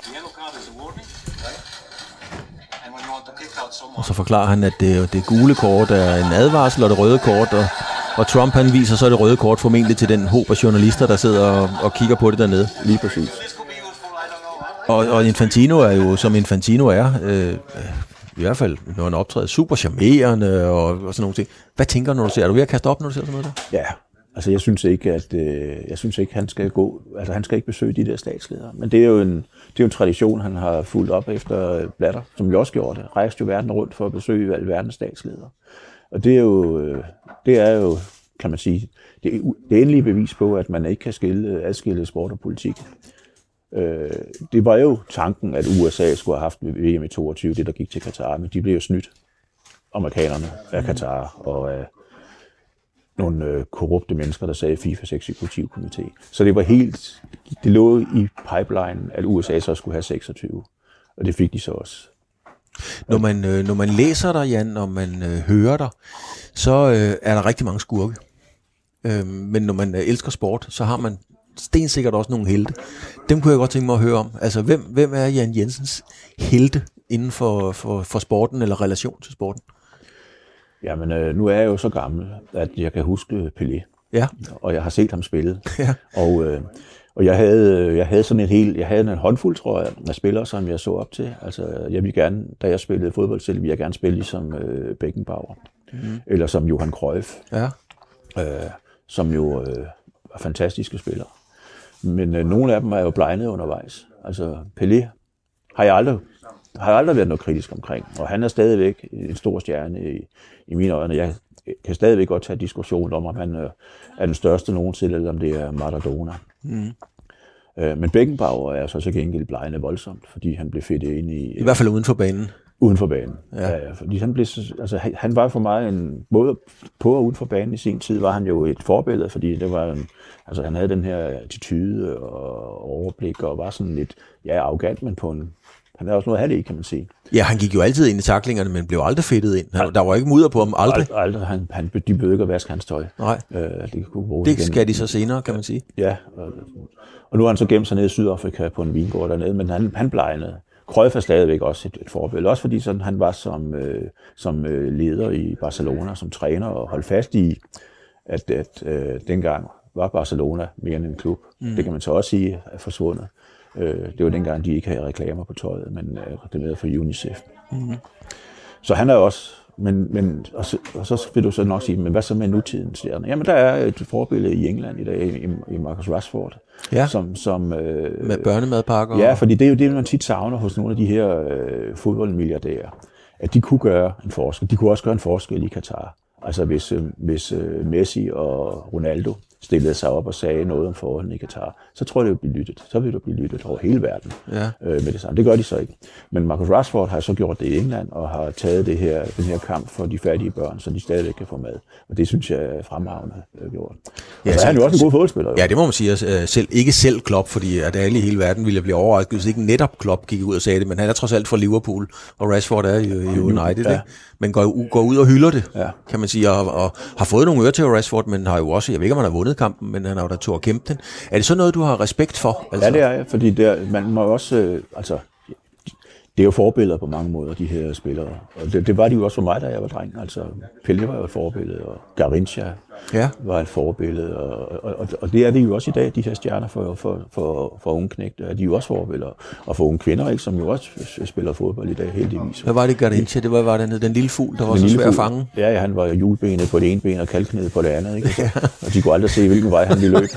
Og så forklarer han, at det, det gule kort er en advarsel, og det røde kort, og, og Trump han viser så det røde kort formentlig til den håb af journalister, der sidder og, og kigger på det dernede. Lige præcis. Og, og Infantino er jo, som Infantino er, øh, i hvert fald, når han optræder, super charmerende og, og sådan nogle ting. Hvad tænker du, når du ser? Er du ved at kaste op, når du ser sådan noget der? Ja, altså jeg synes ikke, at øh, jeg synes ikke, han skal gå, altså han skal ikke besøge de der statsledere. Men det er jo en, det er jo en tradition, han har fulgt op efter Blatter, som jo også gjorde det. Rejste jo verden rundt for at besøge alverdens statsledere. Og det er jo, øh, det er jo, kan man sige, det, er, det er endelig bevis på, at man ikke kan skille, adskille sport og politik. Øh, det var jo tanken, at U S A skulle have haft V M i toogtyve, det der gik til Katar, men de blev jo snydt, amerikanerne af Katar og af nogle øh, korrupte mennesker, der sad i FIFAs eksekutivkomité. Så det var helt, det lå i pipeline, at U S A så skulle have seksogtyve, og det fik de så også. Når man, øh, når man læser dig, Jan, og man øh, hører dig, så øh, er der rigtig mange skurke. Øh, men når man øh, elsker sport, så har man stensikkert også nogle helte. Dem kunne jeg godt tænke mig at høre om. Altså, hvem, hvem er Jan Jensens helte inden for, for, for sporten eller relation til sporten? Jamen, øh, nu er jeg jo så gammel, at jeg kan huske Pelé. Ja. Og jeg har set ham spille. Ja. Og, øh, og jeg havde, jeg havde sådan en hel, jeg havde en håndfuld, tror jeg, af spillere, som jeg så op til. Altså, jeg ville gerne, da jeg spillede fodbold selv, ville jeg gerne spille ligesom øh, Beckenbauer. Mm-hmm. Eller som Johan Cruyff. Ja. Øh, som jo øh, var fantastiske spillere. Men øh, nogle af dem er jo blegnet undervejs. Altså, Pelé har jeg aldrig, har jeg aldrig været noget kritisk omkring. Og han er stadigvæk en stor stjerne i, i mine øjne. Jeg kan stadigvæk godt tage diskussion om, om han øh, er den største nogensinde, eller om det er Maradona. Mm. Øh, men Beckenbauer er så til gengæld blegnet voldsomt, fordi han blev fedt ind i... I hvert fald uden for banen. Uden for banen. Ja. Ja, fordi han, blev, altså, han var for mig en, både på og uden for banen i sin tid, var han jo et forbillede, fordi det var en, altså, han havde den her attitude og overblik, og var sådan lidt, ja, arrogant, men på en, han er også noget halvt, kan man sige. Ja, han gik jo altid ind i taklingerne, men blev aldrig fedtet ind. Han, der var ikke mudder på ham, aldrig. Ald, aldrig. Han, han, de bød ikke at vaske hans tøj. Nej, øh, det, kunne det skal de så senere, kan man sige. Ja, og, og nu har han så gemt sig nede i Sydafrika på en vingård dernede, men han, han blegnede. Cruyff er stadigvæk også et, et forbillede, også fordi sådan, han var som, øh, som øh, leder i Barcelona, som træner, og holdt fast i, at, at øh, dengang var Barcelona mere end en klub. Mm. Det kan man så også sige er forsvundet. Øh, det var dengang, de ikke havde reklamer på tøjet, men øh, det med for UNICEF. Mm. Så han er også, men, men og, så, og så vil du så nok sige, men hvad så med nutidens stjerner? Jamen, der er et forbillede i England i dag, i, i Marcus Rashford. Ja, som, som, øh, med børnemadpakker. Ja, fordi det er jo det, man tit savner hos nogle af de her øh, fodboldmilliardærer. At de kunne gøre en forskel. De kunne også gøre en forskel i Katar. Altså hvis, øh, hvis øh, Messi og Ronaldo stillede sig op og sagde noget om forholdene i Katar, så tror jeg, det ville blive lyttet. Så ville det blive lyttet over hele verden ja. øh, med det samme. Det gør de så ikke. Men Marcus Rashford har så gjort det i England og har taget det her, den her kamp for de fattige børn, så de stadigvæk kan få mad. Og det synes jeg er fremragende øh, gjort. Ja, så er han jo også en god fodboldspiller. Jo. Ja, det må man sige. Selv, ikke selv Klopp, fordi at alle i hele verden ville blive overrasket, hvis ikke netop Klopp gik ud og sagde det, men han er trods alt fra Liverpool, og Rashford er jo i United, ja. Men går, går ud og hylder det, ja. Kan man sige, og, og har fået nogle øre til Rashford, men har jo også, jeg ved ikke, om han har vundet kampen, men han har jo da tog at kæmpe den. Er det så noget, du har respekt for? Altså? Ja, det er jeg, fordi der, man må også, øh, altså, det er jo forbilleder på mange måder, de her spillere. Og det, det var de jo også for mig, da jeg var dreng. Altså, Pelé var jo et forbillede, og Garrincha ja. Var et forbillede. Og, og, og det er det jo også i dag, de her stjerner for, for, for, for unge knægte, er de jo også forbilleder. Og for unge kvinder, ikke, som jo også spiller fodbold i dag, heldigvis. Hvad var det Garrincha? Det var, var den, den lille fugl, der var den så svær at fange? Ja, ja, han var hjulbenet på det ene ben og kalknedet på det andet. Ikke? Ja. Og de kunne aldrig se, hvilken vej han ville løbe.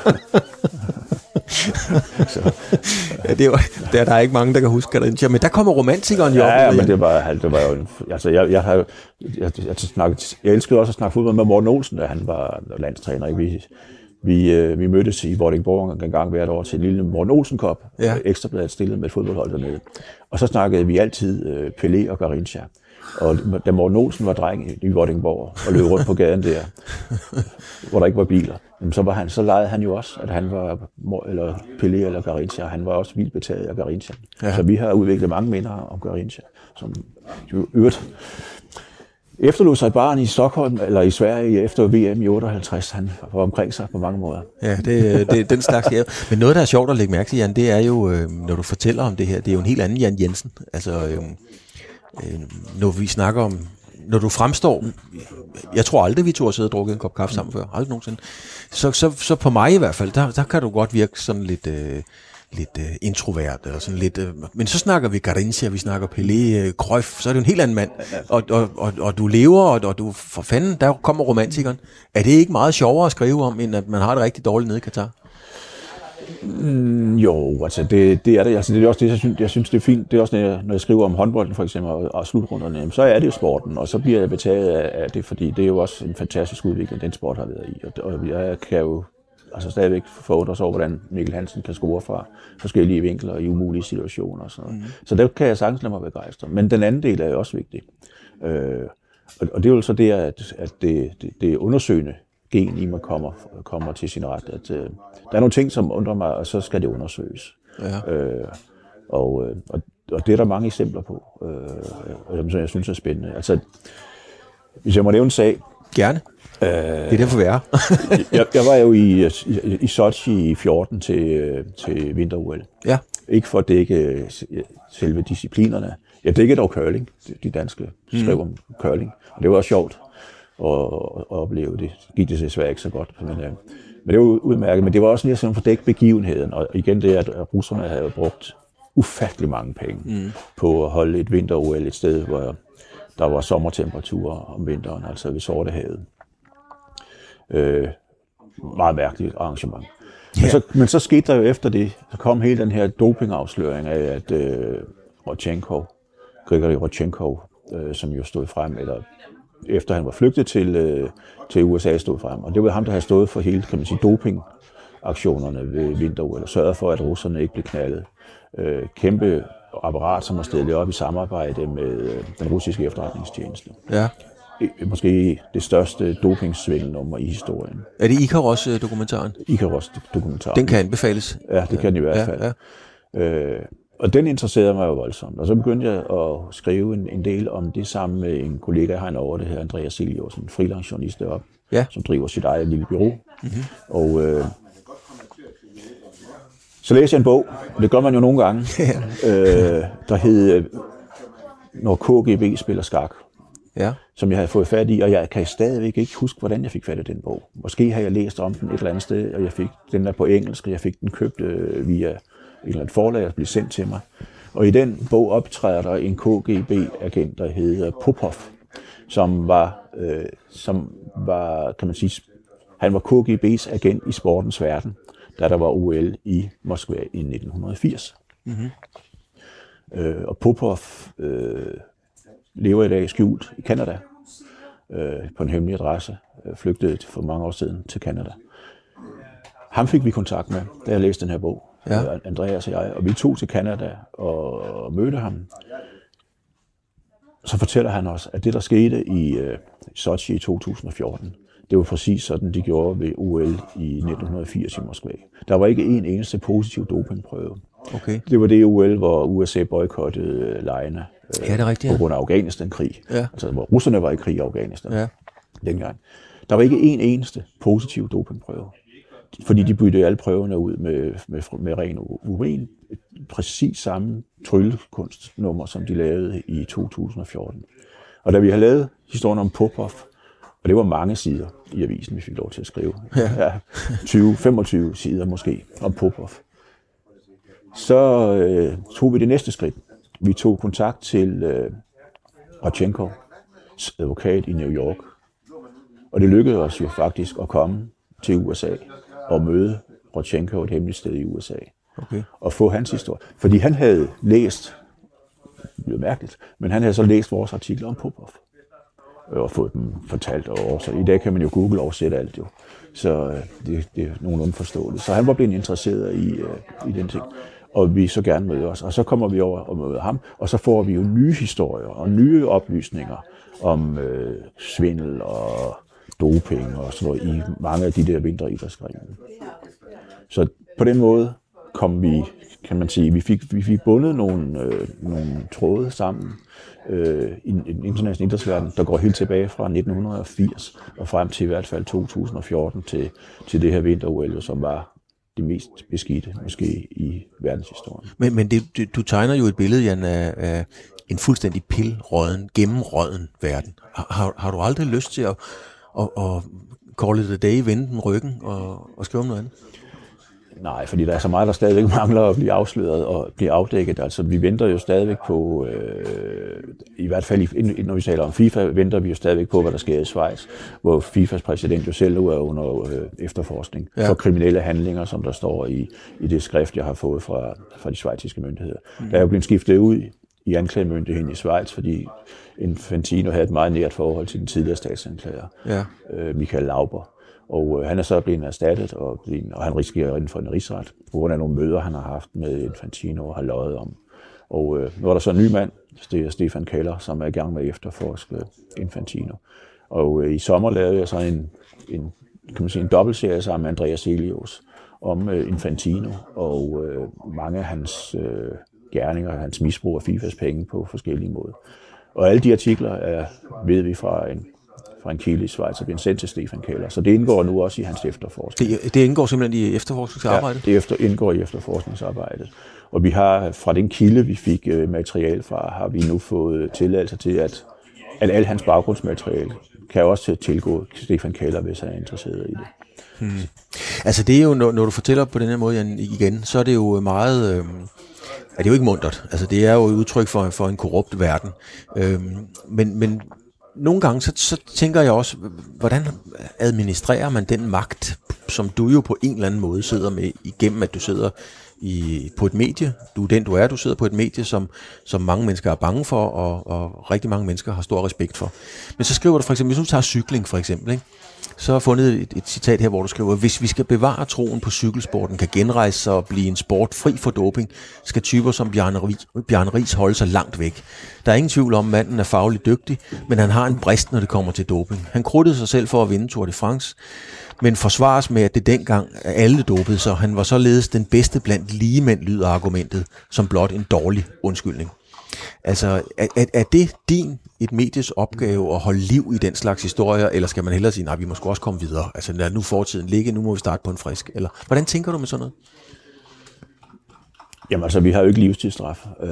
Så. Ja, det var, der, der er ikke mange, der kan huske det. Ja, men der kommer romantikeren jo op. Ja, ja, men det var, det var jo... Altså, jeg, jeg, har, jeg, jeg, snakket, jeg elskede også at snakke fodbold med Morten Olsen, da han var landstræner. Ikke? Vi, vi, vi mødtes i Vordingborg en gang hvert år til en lille Morten Olsen Cup. Ja. Ekstrabladet stillet med et fodboldhold dernede. Og så snakkede vi altid uh, Pelé og Garrincha. Og da Morten Olsen var dreng i Vordingborg og løb rundt på gaden der, hvor der ikke var biler, så var han, så legede han jo også, at han var eller Pelé eller Garrincha, han var også vildt betaget af Garrincha. Ja. Så vi har udviklet mange minder om Garrincha, som jo øvrigt efterlod sig barn i Stockholm eller i Sverige efter V M i otteoghalvtreds. Han var omkring sig på mange måder. Ja, det, det den slags ja. Men noget, der er sjovt at lægge mærke til, Jan, det er jo, når du fortæller om det her, det er jo en helt anden Jan Jensen. Altså, øh, når vi snakker om, når du fremstår, jeg tror aldrig, vi to har siddet og drukket en kop kaffe sammen før, aldrig nogensinde. Så, så, så på mig i hvert fald, der, der kan du godt virke sådan lidt... Øh, lidt uh, introvert og sådan lidt, uh, men så snakker vi Garrincha, vi snakker Pelé, uh, Cruyff, så er det en helt anden mand, og, og, og, og du lever, og, og du, for fanden, der kommer romantikeren. Er det ikke meget sjovere at skrive om, end at man har det rigtig dårligt nede i Katar? Mm, jo, altså det, det er det, altså det er også det, jeg synes, jeg synes det er fint, det er også, når jeg, når jeg skriver om håndbolden for eksempel, og, og slutrunderne, så er det jo sporten, og så bliver jeg betaget af, af det, fordi det er jo også en fantastisk udvikling, den sport har været i, og, og jeg kan jo altså stadigvæk få os over, hvordan Mikkel Hansen kan score fra forskellige vinkler i umulige situationer og sådan noget. Mm. Så der kan jeg sagtens lade mig begejstre. Men den anden del er jo også vigtig. Øh, og, og det er jo så det, at, at det, det, det undersøgende gen i mig kommer, kommer til sin ret. At, øh, der er nogle ting, som undrer mig, og så skal det undersøges. Ja. Øh, og, og, og det er der mange eksempler på, øh, som jeg synes er spændende. Altså, hvis jeg må nævne en sag. Gerne. Øh, det er derfor, vi er. jeg, jeg var jo i, i, i Sochi i fjorten til, til vinter-O L. Ja. Ikke for at dække selve disciplinerne. Jeg dækkede dog curling. De danske skrev om curling. Og det var også sjovt at, at opleve det. Gik det desværre ikke så godt. Men, øh, men det var udmærket. Men det var også lige sådan for at dække begivenheden. Og igen det, at russerne havde brugt ufattelig mange penge mm. på at holde et vinter-O L et sted, hvor der var sommertemperaturer om vinteren, altså ved Sortehavet. Øh, meget mærkeligt arrangement. Men, yeah. så, men så skete der jo efter det, så kom hele den her dopingafsløring af, at øh, Rodchenkov, Grigori Rodchenkov, øh, som jo stod frem, eller efter han var flygtet til, øh, til U S A, stod frem. Og det var ham, der havde stået for hele, kan man sige, dopingaktionerne ved vinter-O L, og sørgede for, at russerne ikke blev knaldet. Øh, kæmpe apparat, som var stillet op i samarbejde med øh, den russiske efterretningstjeneste. Ja. Måske det største dopingsvindelnummer i historien. Er det Ikaros-dokumentaren? Ikaros-dokumentaren. Den kan anbefales. Ja, det kan den i hvert fald. Ja, ja. Øh, og den interesserede mig jo voldsomt. Og så begyndte jeg at skrive en, en del om det sammen med en kollega, jeg har en over det her, Andreas Sillius, en freelance-journalist deroppe, ja. Som driver sit eget lille bureau. Mm-hmm. Og øh, så læste jeg en bog, og det gør man jo nogle gange, øh, der hed Når K G B spiller skak. Ja. Som jeg havde fået fat i, og jeg kan stadigvæk ikke huske, hvordan jeg fik fat i den bog. Måske har jeg læst om den et eller andet sted, og jeg fik den der på engelsk, og jeg fik den købt øh, via et eller andet forlag, og blev sendt til mig. Og i den bog optræder der en K G B-agent, der hedder Popov, som var, øh, som var, kan man sige, han var K G B's agent i sportens verden, da der var O L i Moskva i nitten firs. Mm-hmm. Øh, og Popov øh, lever i dag skjult i Canada, øh, på en hemmelig adresse, øh, flygtede for mange år siden til Canada. Ham fik vi kontakt med, da jeg læste den her bog, ja. øh, Andreas og jeg, og vi tog til Canada og mødte ham. Så fortæller han os, at det, der skete i øh, Sochi i to tusind og fjorten, det var præcis sådan, de gjorde ved O L i nitten firs i Moskva. Der var ikke en eneste positiv dopingprøve. Okay. Det var det O L, hvor U S A boykottede legene øh, ja, det er rigtigt, ja. På grund af Afghanistan-krig. Ja. Altså, hvor russerne var i krig i Afghanistan ja. dengang. Der var ikke en eneste positiv dopingprøve. Fordi de byttede alle prøverne ud med, med, med ren urin. Præcis samme tryllekunstnummer, som de lavede i to tusind og fjorten. Og da vi har lavet historien om Popov, og det var mange sider i avisen, vi fik lov til at skrive. Ja. Ja, tyve til femogtyve sider måske om Popov. Så øh, tog vi det næste skridt. Vi tog kontakt til øh, Rodchenkovs advokat i New York. Og det lykkedes os jo faktisk at komme til U S A og møde Rodchenkov et hemmeligt sted i U S A. Okay. Og få hans historie. Fordi han havde læst, det er mærkeligt, men han havde så læst vores artikler om Popov. Og fået dem fortalt over. Så i dag kan man jo Google oversætte alt jo. Så det, det er nogenlunde forståeligt. Så han var blevet interesseret i, i den ting. Og vi så gerne møder os. Og så kommer vi over og møder ham. Og så får vi jo nye historier og nye oplysninger om øh, svindel og doping og sådan noget i mange af de der vinteridrætsgrene. Så på den måde kom vi, kan man sige, vi fik, vi fik bundet nogle, øh, nogle tråde sammen øh, i en international idrætsverden, der går helt tilbage fra nitten firs og frem til i hvert fald to tusind og fjorten til, til det her vinter-O L, som var det mest beskidte måske i verdenshistorien. Men, men det, du tegner jo et billede, Jan, af, af en fuldstændig pilråden, gennemråden verden. Har, har du aldrig lyst til at, at, at call it a day, vende den ryggen og, og skrive om noget andet? Nej, fordi der er så meget, der stadigvæk mangler at blive afsløret og blive afdækket. Altså, vi venter jo stadigvæk på, øh, i hvert fald når vi taler om FIFA, venter vi jo stadigvæk på, hvad der sker i Schweiz, hvor FIFAs præsident jo selv er under øh, efterforskning ja. for kriminelle handlinger, som der står i, i det skrift, jeg har fået fra, fra de schweiziske myndigheder. Mm. Der er jo blevet skiftet ud i anklagemyndigheden i Schweiz, fordi Infantino havde et meget nært forhold til den tidligere statsanklager, ja. øh, Michael Lauber. Og øh, han er så blevet erstattet, og, blevet, og han risikerer inden for en rigsret, på grund af nogle møder, han har haft med Infantino og har løjet om. Og øh, nu er der så en ny mand, det er Stefan Keller, som er i gang med at efterforske Infantino. Og øh, i sommer lavede jeg så en, en kan man sige, en dobbeltserie sammen med Andreas Celius om øh, Infantino og øh, mange af hans øh, gerninger, hans misbrug af FIFAs penge på forskellige måder. Og alle de artikler er, ved vi fra en, fra en kilde i Schweiz, og bliver sendt til Stefan Keller. Så det indgår nu også i hans efterforskning. Det, det indgår simpelthen i efterforskningsarbejdet? Ja, det efter, indgår i efterforskningsarbejdet. Og vi har fra den kilde, vi fik øh, materiale fra, har vi nu fået tilladelse til, at, at al hans baggrundsmateriale kan også tilgå Stefan Keller, hvis han er interesseret i det. Hmm. Altså det er jo, når, når du fortæller på den her måde Jan, igen, så er det jo meget... Øh, er det jo ikke muntert. Altså det er jo et udtryk for, for en korrupt verden. Øh, men, men nogle gange, så, så tænker jeg også, hvordan administrerer man den magt, som du jo på en eller anden måde sidder med, igennem at du sidder i, på et medie. Du er den, du er. Du sidder på et medie, som, som mange mennesker er bange for, og, og rigtig mange mennesker har stor respekt for. Men så skriver du for eksempel, hvis du tager cykling for eksempel, ikke? Så har jeg fundet et, et citat her, hvor du skriver, hvis vi skal bevare troen på cykelsporten, kan genrejse sig og blive en sport fri for doping, skal typer som Bjarne Riis, Bjarne Riis holde sig langt væk. Der er ingen tvivl om, at manden er fagligt dygtig, men han har en brist, når det kommer til doping. Han krudtede sig selv for at vinde Tour de France, men forsvares med, at det dengang alle dopede sig. Han var således den bedste blandt ligemænd, lyder argumentet, som blot en dårlig undskyldning. Altså, er, er det din, et medies opgave at holde liv i den slags historier, eller skal man hellere sige, nej, vi må sgu også komme videre, altså lad nu fortiden ligge, nu må vi starte på en frisk, eller hvordan tænker du med sådan noget? Jamen altså, vi har jo ikke livstidsstraf, øh,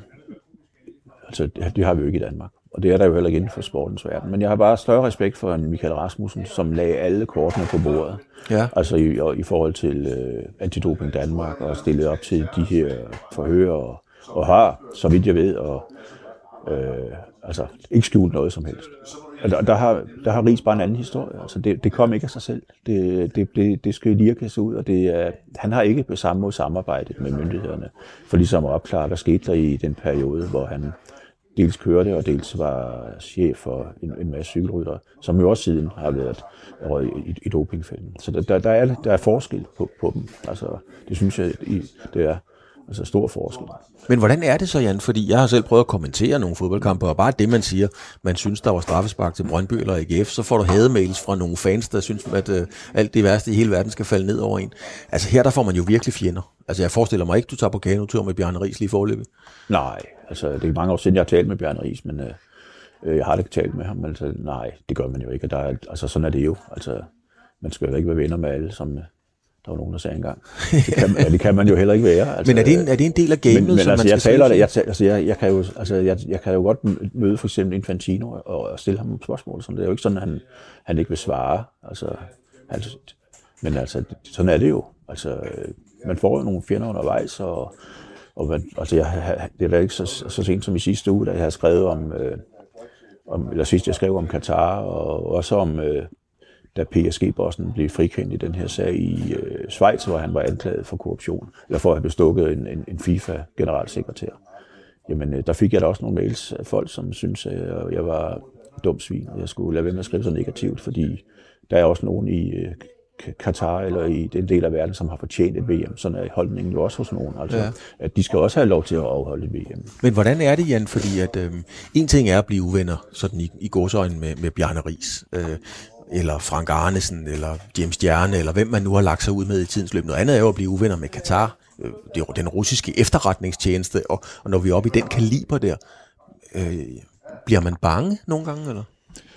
altså det, det har vi jo ikke i Danmark, og det er der jo heller ikke inden for sportens verden, men jeg har bare større respekt for en Michael Rasmussen, som lagde alle kortene på bordet, ja. Altså i, i forhold til øh, Antidoping Danmark, og stillede op til de her forhør, og og har, så vidt jeg ved, og, øh, altså, ikke skjult noget som helst. Der, der, har, der har Riis bare en anden historie. Altså, det, det kom ikke af sig selv. Det, det, det, det skal lirkes ud, og det er, han har ikke på samme måde samarbejdet med myndighederne, for ligesom at opklare, hvad skete der i den periode, hvor han dels kørte, og dels var chef for en, en masse cykelryttere, som jo også siden har været i, i dopingfælden. Så der, der, der, er, der er forskel på, på dem. Altså, det synes jeg, det er. Altså stor forskel. Men hvordan er det så, Jan? Fordi jeg har selv prøvet at kommentere nogle fodboldkampe, og bare det, man siger, man synes, der var straffespark til Brøndby eller A G F, så får du hademails fra nogle fans, der synes, at uh, alt det værste i hele verden skal falde ned over en. Altså her, der får man jo virkelig fjender. Altså jeg forestiller mig ikke, du tager på kanotur med Bjarne Riis lige forløbet. Nej, altså det er mange år siden, jeg har talt med Bjarne Riis, men øh, jeg har ikke talt med ham. Altså nej, det gør man jo ikke. Der er, altså sådan er det jo. Altså man skal jo ikke være venner med alle, som... Der var nogen, der sagde engang. Det kan, ja, det kan man jo heller ikke være. Altså, men er det, en, er det en del af gamet, men, men, som altså, man jeg skal taler det, jeg, altså, jeg, jeg, kan jo, altså, jeg, jeg kan jo godt møde for eksempel Infantino og stille ham spørgsmål. Sådan. Det er jo ikke sådan, at han, han ikke vil svare. Altså, altså, men altså, sådan er det jo. Altså, man får jo nogle fjender undervejs, og, og man, altså, jeg, det er da ikke så, så sent som i sidste uge, da jeg har skrevet om, øh, om eller sidst jeg skrev om Katar, og også om... Øh, da P S G-bossen blev frikendt i den her sag i øh, Schweiz, hvor han var anklaget for korruption, eller for at have bestukket en, en, en FIFA-generalsekretær. Jamen, øh, der fik jeg da også nogle mails af folk, som syntes, at jeg, jeg var dum svin, og jeg skulle lade være med at skrive så negativt, fordi der er også nogen i øh, Katar, eller i den del af verden, som har fortjent et V M. Sådan er holdningen jo også hos nogen. Altså, ja. At de skal også have lov til at afholde et V M. Men hvordan er det, Jan? Fordi at, øh, en ting er at blive uvenner, sådan i, i gåseøjne med, med Bjarne Riis, øh, eller Frank Arnesen, eller James Stjerne, eller hvem man nu har lagt sig ud med i tidens løb. Noget andet er jo at blive uvenner med Katar, det er jo den russiske efterretningstjeneste, og, og når vi er oppe i den kaliber der, øh, bliver man bange nogle gange, eller?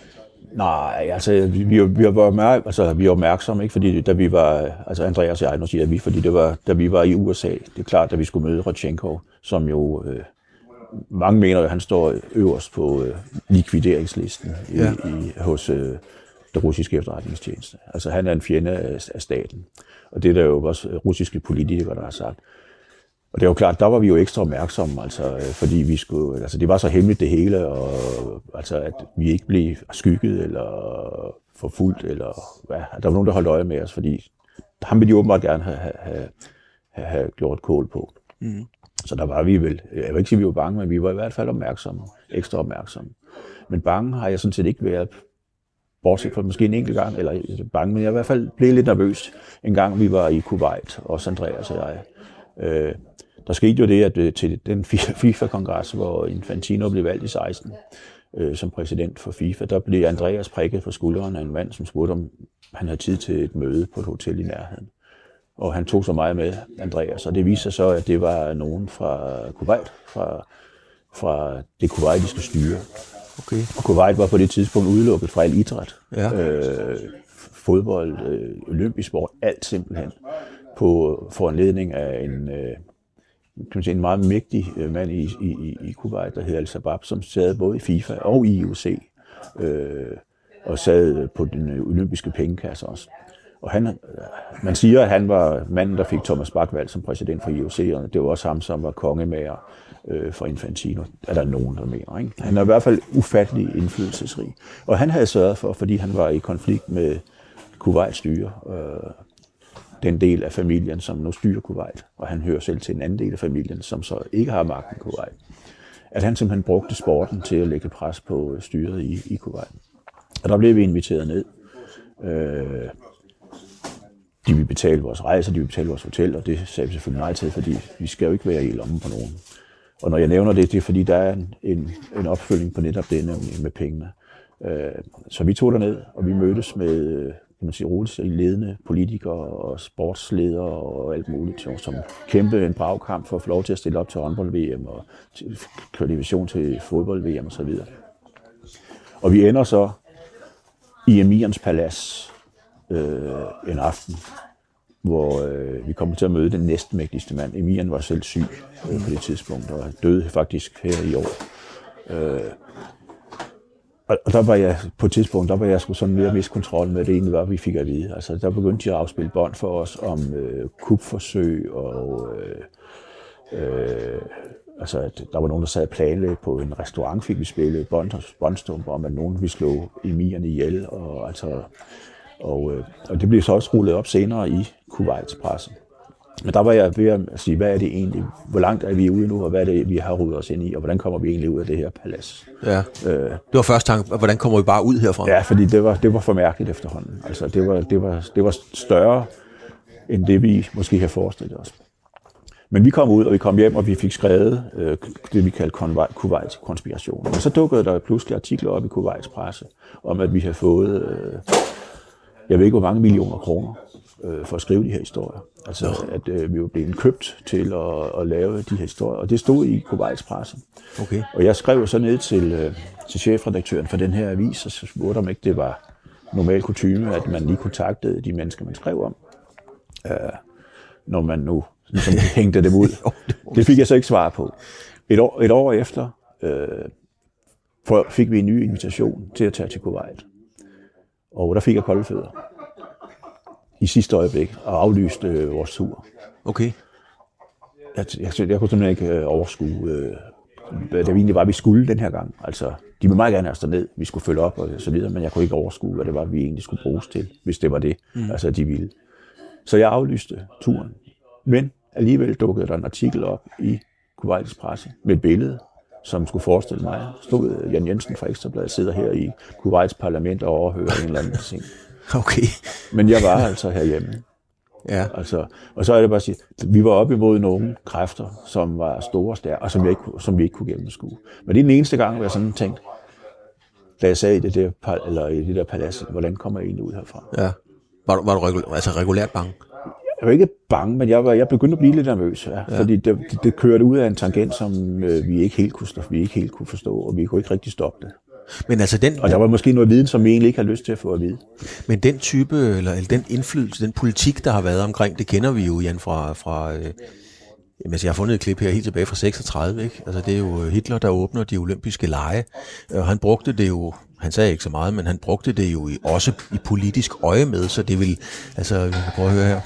Nej, altså vi, vi, vi var opmærksomme, altså vi var opmærksomme, ikke, fordi da vi var, altså Andreas og jeg, nu siger vi, fordi det var, da vi var i U S A, det er klart, da vi skulle møde Rodchenkov, som jo, øh, mange mener, at han står øverst på øh, likvideringslisten i, ja. i, hos øh, det russiske efterretningstjeneste. Altså han er en fjende af, af staten, og det er der jo også russiske politikere, der har sagt. Og det er jo klart, der var vi jo ekstra opmærksomme, altså, fordi vi skulle, altså, det var så hemmeligt det hele, og altså, at vi ikke blev skygget eller forfulgt, eller hvad. Der var nogen, der holdt øje med os, fordi ham ville de åbenbart gerne have, have, have, have gjort kål på. Mm. Så der var vi vel, jeg vil ikke sige, at vi var bange, men vi var i hvert fald opmærksomme, ekstra opmærksomme. Men bange har jeg sådan set ikke været, bortset fra måske en enkelt gang, eller bange, men jeg i hvert fald blev lidt nervøs, en gang vi var i Kuwait, også Andreas og jeg. Øh, Der skete jo det, at til den FIFA-kongres, hvor Infantino blev valgt i seksten, øh, som præsident for FIFA, der blev Andreas prikket på skulderen af en mand, som spurgte, om han havde tid til et møde på et hotel i nærheden. Og han tog så meget med, Andreas, og det viste sig så, at det var nogen fra Kuwait, fra, fra det kuwaitiske styre. Okay. Og Kuwait var på det tidspunkt udelukket fra al idræt. Ja. Øh, fodbold, øh, olympisk sport, alt simpelthen. På foranledning af en, øh, kan man sige, en meget mægtig øh, mand i, i, i Kuwait, der hedder Al-Sabab, som sad både i FIFA og i I O C, øh, og sad på den olympiske pengekasse også. Og han, man siger, at han var manden, der fik Thomas Bach valgt som præsident for I O C, og det var også ham, som var kongemager øh, for Infantino. Er der nogen, der mener, ikke? Han er i hvert fald ufattelig indflydelsesrig. Og han havde sørget for, fordi han var i konflikt med Kuwaits styre, øh, den del af familien, som nu styrer Kuwait, og han hører selv til en anden del af familien, som så ikke har magten i Kuwait, at han simpelthen brugte sporten til at lægge pres på styret i, i Kuwait. Og der blev vi inviteret ned. Øh, de ville betale vores rejser, de ville betale vores hotel, og det sagde vi selvfølgelig nej til, fordi vi skal jo ikke være i lommen på nogen. Og når jeg nævner det, det er fordi, der er en, en, en opfølging på netop det, nemlig med pengene. Øh, så vi tog derned, og vi mødtes med, kan man sige, roligt ledende politikere og sportsledere og alt muligt, som kæmpede en brav kamp for at få lov til at stille op til håndbold-V M og kvalifikation til fodbold-V M osv. Og vi ender så i Emirens palads øh, en aften, hvor øh, vi kommer til at møde den næstmægtigste mand. Emiren var selv syg øh, på det tidspunkt og døde faktisk her i år. Øh, Og der var jeg på et tidspunkt, der var jeg sgu sådan ved at miste kontrol med, det egentlig var, vi fik at vide. Altså, der begyndte de at afspille bånd for os om øh, kupforsøg, og øh, øh, altså, at der var nogen, der sad og planlagde på en restaurant, fik vi spillet bånd, båndstumper om, at nogen ville slå emirerne ihjel. Og, altså, og, øh, og det blev så også rullet op senere i Kuwaits presse. Men der var jeg ved at sige, hvad er det egentlig, hvor langt er vi ude nu, og hvad er det, vi har ryddet os ind i, og hvordan kommer vi egentlig ud af det her palads? Ja. Øh, det var første tanke, hvordan kommer vi bare ud herfra? Ja, fordi det var, det var for mærkeligt efterhånden. Altså, det var, det var, det var større, end det vi måske havde forestillet os. Men vi kom ud, og vi kom hjem, og vi fik skrevet øh, det, vi kaldte Kuwaits konspiration. Og så dukkede der pludselig artikler op i Kuwaits presse, om at vi havde fået, øh, jeg ved ikke hvor mange millioner kroner, for at skrive de her historier. Altså, at øh, vi var blevet købt til at, at lave de her historier, og det stod i Kuwaits presse. Okay. Og jeg skrev så ned til, øh, til chefredaktøren for den her avis, og så spurgte om ikke det var normal kutyme, at man lige kontaktede de mennesker, man skrev om, øh, når man nu ligesom hængte dem ud. Det fik jeg så ikke svar på. Et år, et år efter øh, for, fik vi en ny invitation til at tage til Kuwait. Og der fik jeg kolde fødder i sidste øjeblik, og aflyste øh, vores tur. Okay. Jeg, jeg, jeg kunne simpelthen ikke øh, overskue, øh, hvad det egentlig var, vi skulle den her gang. Altså, de ville meget gerne have os derned, vi skulle følge op og så videre, men jeg kunne ikke overskue, hvad det var, vi egentlig skulle bruges til, hvis det var det, mm. altså de ville. Så jeg aflyste turen. Men alligevel dukkede der en artikel op i Kuwaits presse med et billede, som skulle forestille mig. Stod Jan Jensen fra Ekstra Bladet, sidder her i Kuwaits parlament og overhører en eller anden ting. Okay. Men jeg var altså herhjemme. Ja. Altså, og så er det bare at sige, vi var op imod nogle kræfter, som var store og stærke, og som vi ikke, som vi ikke kunne gennemskue. Men det er den eneste gang, hvor jeg sådan tænkte, da jeg sad i det der, eller i det der palads, hvordan kommer jeg egentlig ud herfra? Ja. Var du, var du regulært, altså regulært bange? Jeg var ikke bange, men jeg, var, jeg begyndte at blive lidt nervøs, ja, ja. Fordi det, det, det kørte ud af en tangent, som øh, vi ikke helt kunne, vi ikke helt kunne forstå, og vi kunne ikke rigtig stoppe det. Men altså den, og der var måske noget viden, som vi egentlig ikke har lyst til at få at vide. Men den type, eller, eller den indflydelse, den politik, der har været omkring, det kender vi jo, Jan, fra... fra øh, jamen, altså, jeg har fundet et klip her helt tilbage fra seksogtredive, ikke? Altså, det er jo Hitler, der åbner de olympiske lege, og han brugte det jo, han sagde ikke så meget, men han brugte det jo i, også i politisk øje med, så det vil, altså, vi kan prøve at høre her.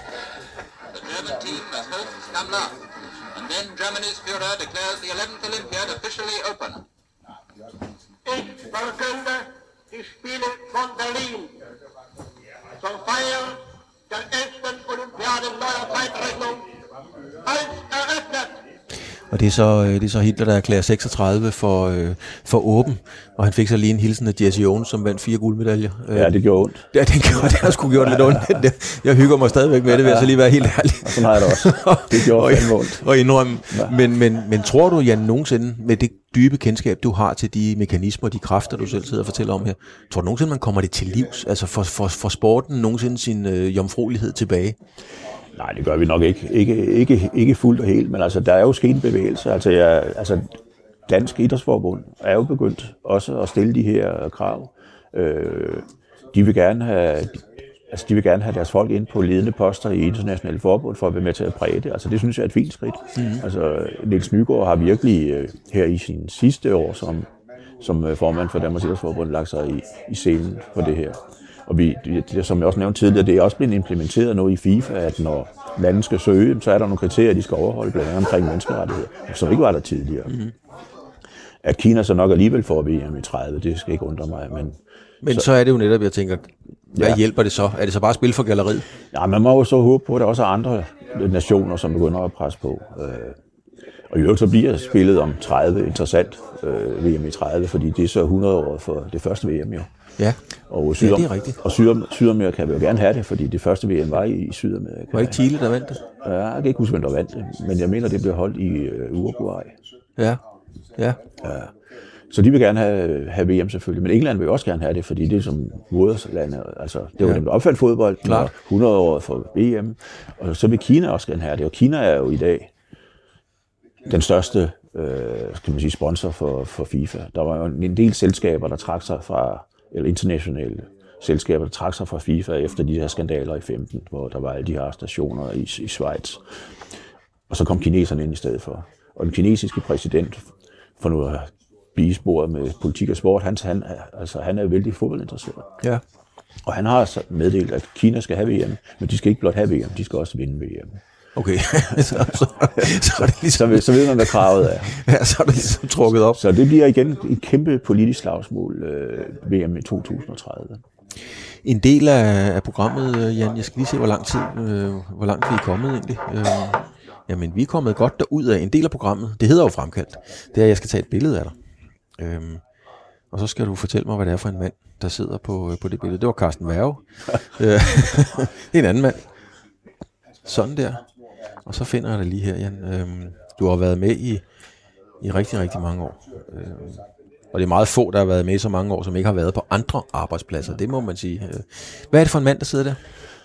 And then Germany's Führer declares the eleventh Olympiad officially open. Ich verkünde die Spiele von Berlin zur Feier der elften Olympiade neuer Zeitrechnung als eröffnet. Og det er så, det er så Hitler, der erklærer seksogtredive for, øh, for åben, og han fik så lige en hilsen af Jesse Owens, som vandt fire guldmedaljer. Ja, det gjorde ondt. Ja, det, gjorde, det har sgu gjort lidt ondt. Jeg hygger mig stadigvæk med det, vil jeg så lige være helt ærlig. Og sådan har jeg det også. Det gjorde fandme ondt. Og indrømme. Ja. Men, men, men tror du, Jan, nogensinde med det dybe kendskab, du har til de mekanismer, de kræfter, du selv sidder og fortæller om her, tror du nogensinde, man kommer det til livs? Altså for, for, for sporten nogensinde sin øh, jomfruelighed tilbage? Nej, det gør vi nok ikke. Ikke, ikke, ikke fuldt og helt, men altså, der er jo sket en bevægelse. Altså, jeg, altså, Dansk Idrætsforbund er jo begyndt også at stille de her krav. Øh, de vil gerne have... Altså, de vil gerne have deres folk ind på ledende poster i internationale forbund for at være med til at præge det. Altså, det synes jeg er et fint skridt. Mm-hmm. Altså, Niels Nygaard har virkelig øh, her i sin sidste år som, som øh, formand for Danmarks Idrætsforbund lagt sig i, i scenen for det her. Og vi, det, som jeg også nævnte tidligere, det er også blevet implementeret nu i FIFA, at når landet skal søge, så er der nogle kriterier, de skal overholde, blandt andet omkring menneskerettigheder, som ikke var der tidligere. Mm-hmm. At Kina så nok alligevel får V M i tredive, det skal ikke undre mig. Men, men så, så er det jo netop, jeg tænker, hvad ja. hjælper det så? Er det så bare spil for galleriet? Ja, man må jo så håbe på, at der også er andre nationer, som begynder at presse på. Og i øvrigt så bliver spillet om tredive interessant, V M i tredive, fordi det er så hundrede år for det første V M jo. Ja, og Syd- ja, det er rigtigt. Og Syd- Sydamerika vil jo gerne have det, fordi det første V M var i Sydamerika. Var ikke Chile, der vandt det? Ja, jeg kan ikke huske, hvem der vandt det, men jeg mener, det blev holdt i uh, Uruguay. Ja, ja. ja. Så de vil gerne have, have V M selvfølgelig, men England vil også gerne have det, fordi det er som moderlandet, altså det var ja. dem, der opfandt fodbold, og hundrede år for V M, og så vil Kina også gerne have det, og Kina er jo i dag den største øh, skal man sige, sponsor for, for FIFA. Der var jo en del selskaber, der trak sig fra, eller internationale selskaber, der trak sig fra FIFA efter de her skandaler i femten, hvor der var alle de her stationer i, i Schweiz. Og så kom kineserne ind i stedet for. Og den kinesiske præsident, for nu at blive i sporet med politik og sport, han, han, altså, han er jo vældig fodboldinteresseret. Ja. Og han har så meddelt, at Kina skal have V M, men de skal ikke blot have V M, de skal også vinde V M. Okay, så, så, så, er det ligesom, så, så ved man, hvad kravet er. Ja, så er det ligesom trukket op. Så det bliver igen et kæmpe politisk slagsmål, øh, V M i to tusind og tredive. En del af, af programmet, Jan, jeg skal lige se, hvor lang tid, øh, hvor langt vi er kommet egentlig. Øh, jamen, vi er kommet godt derud af en del af programmet. Det hedder jo Fremkaldt. Det er, at jeg skal tage et billede af dig. Øh, og så skal du fortælle mig, hvad det er for en mand, der sidder på, på det billede. Det var Carsten Werge. Det er en anden mand. Sådan der. Og så finder jeg det lige her, Jan. Øhm, du har været med i, i rigtig, rigtig mange år. Øhm, og det er meget få, der har været med i så mange år, som ikke har været på andre arbejdspladser. Det må man sige. Hvad er det for en mand, der sidder der?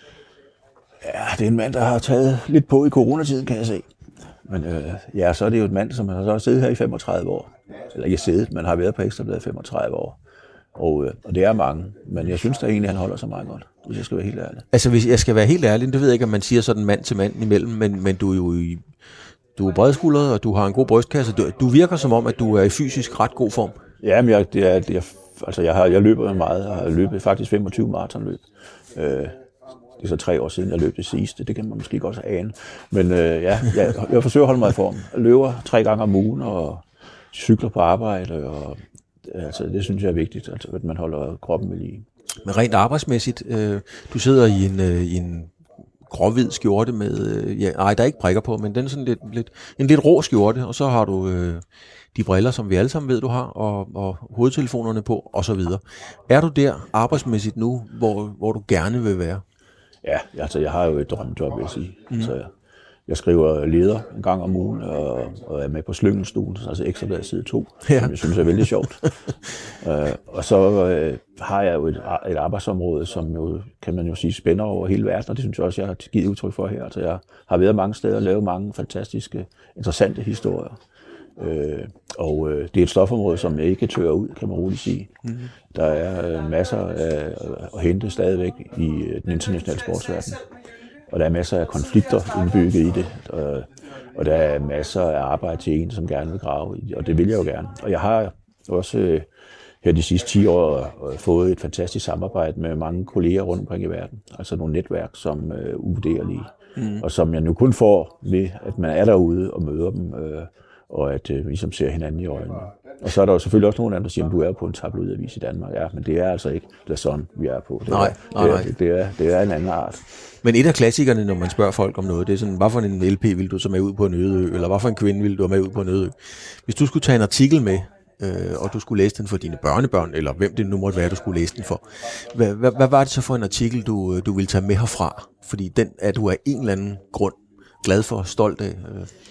Ja, det er en mand, der har taget lidt på i coronatiden, kan jeg se. Men øh, ja, så er det jo et mand, som har så siddet her i femogtredive år. Eller ikke siddet, men har været på Ekstra Bladet i femogtredive år. Og, øh, og det er mange. Men jeg synes da egentlig, at han holder sig meget godt, hvis jeg skal være helt ærlig. Altså, hvis jeg skal være helt ærlig, det ved jeg ikke, om man siger sådan mand til mand imellem, men, men du er jo i, du er bredskuldret, og du har en god brystkasse. Du, du virker som om, at du er i fysisk ret god form. Ja, men jeg, det er, det er, altså jeg, har, jeg løber meget. Jeg har løbet faktisk femogtyve maratonløb. Øh, det er så tre år siden, jeg løb det sidste. Det kan man måske godt ane. Men øh, ja, jeg, jeg forsøger at holde mig i form. Jeg løber tre gange om ugen, og cykler på arbejde, og altså, det synes jeg er vigtigt, altså, at man holder kroppen ved lige. Men rent arbejdsmæssigt, øh, du sidder i en, øh, i en gråhvid skjorte med, øh, ja, nej, der er ikke prikker på, men den er sådan lidt, lidt, en lidt rå skjorte, og så har du øh, de briller, som vi alle sammen ved, du har, og, og hovedtelefonerne på, og så videre. Er du der arbejdsmæssigt nu, hvor, hvor du gerne vil være? Ja, altså jeg har jo et drømmejob, vil jeg sige. Mm. Så jeg, jeg skriver leder en gang om ugen, og, og er med på Slyngelstuen, altså Ekstra Bladet side to, ja. Som jeg synes er vældig sjovt. uh, og så uh, har jeg jo et, et arbejdsområde, som jo, kan man jo sige, spænder over hele verden, og det synes jeg også, jeg har givet udtryk for her. Altså jeg har været mange steder og lavet mange fantastiske, interessante historier. Uh, og uh, det er et stofområde, som jeg ikke tør ud, kan man roligt sige. Mm-hmm. Der er uh, masser af at hente stadigvæk i uh, den internationale sportsverden. Og der er masser af konflikter indbygget i det, og, og der er masser af arbejde til en, som gerne vil grave i det, og det vil jeg jo gerne. Og jeg har også øh, her de sidste ti år øh, fået et fantastisk samarbejde med mange kolleger rundt omkring i verden, altså nogle netværk, som er øh, uvurderlige, mm. og som jeg nu kun får ved, at man er derude og møder dem, øh, og at øh, vi ligesom ser hinanden i øjnene. Og så er der jo selvfølgelig også nogle andre, der siger, at du er på en tabloidavis i Danmark. Ja, men det er altså ikke La Son, vi er på. Det er, nej, nej, nej. Det er, det, er, det er en anden art. Men et af klassikerne, når man spørger folk om noget, det er sådan, hvad for en L P vil du så med ud på en øde ø, eller hvad for en kvinde vil du have med ud på en øde ø? Hvis du skulle tage en artikel med, øh, og du skulle læse den for dine børnebørn, eller hvem det nu måtte være, du skulle læse den for, hvad, hvad, hvad var det så for en artikel, du, du ville tage med herfra? Fordi den er du af en eller anden grund glad for, stolt af.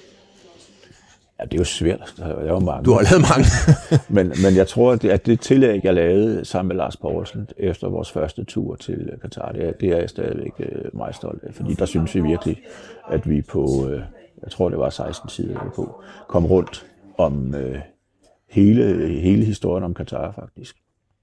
Ja, det er jo svært. Jeg er jo mange. Du har lavet mange. men, men jeg tror, at det, at det tillæg, jeg lavede sammen med Lars Poulsen efter vores første tur til Katar, det er, det er jeg stadigvæk øh, meget stolt af. Fordi der synes vi virkelig, at vi på, øh, jeg tror det var seksten sider på, kom rundt om øh, hele, hele historien om Katar faktisk.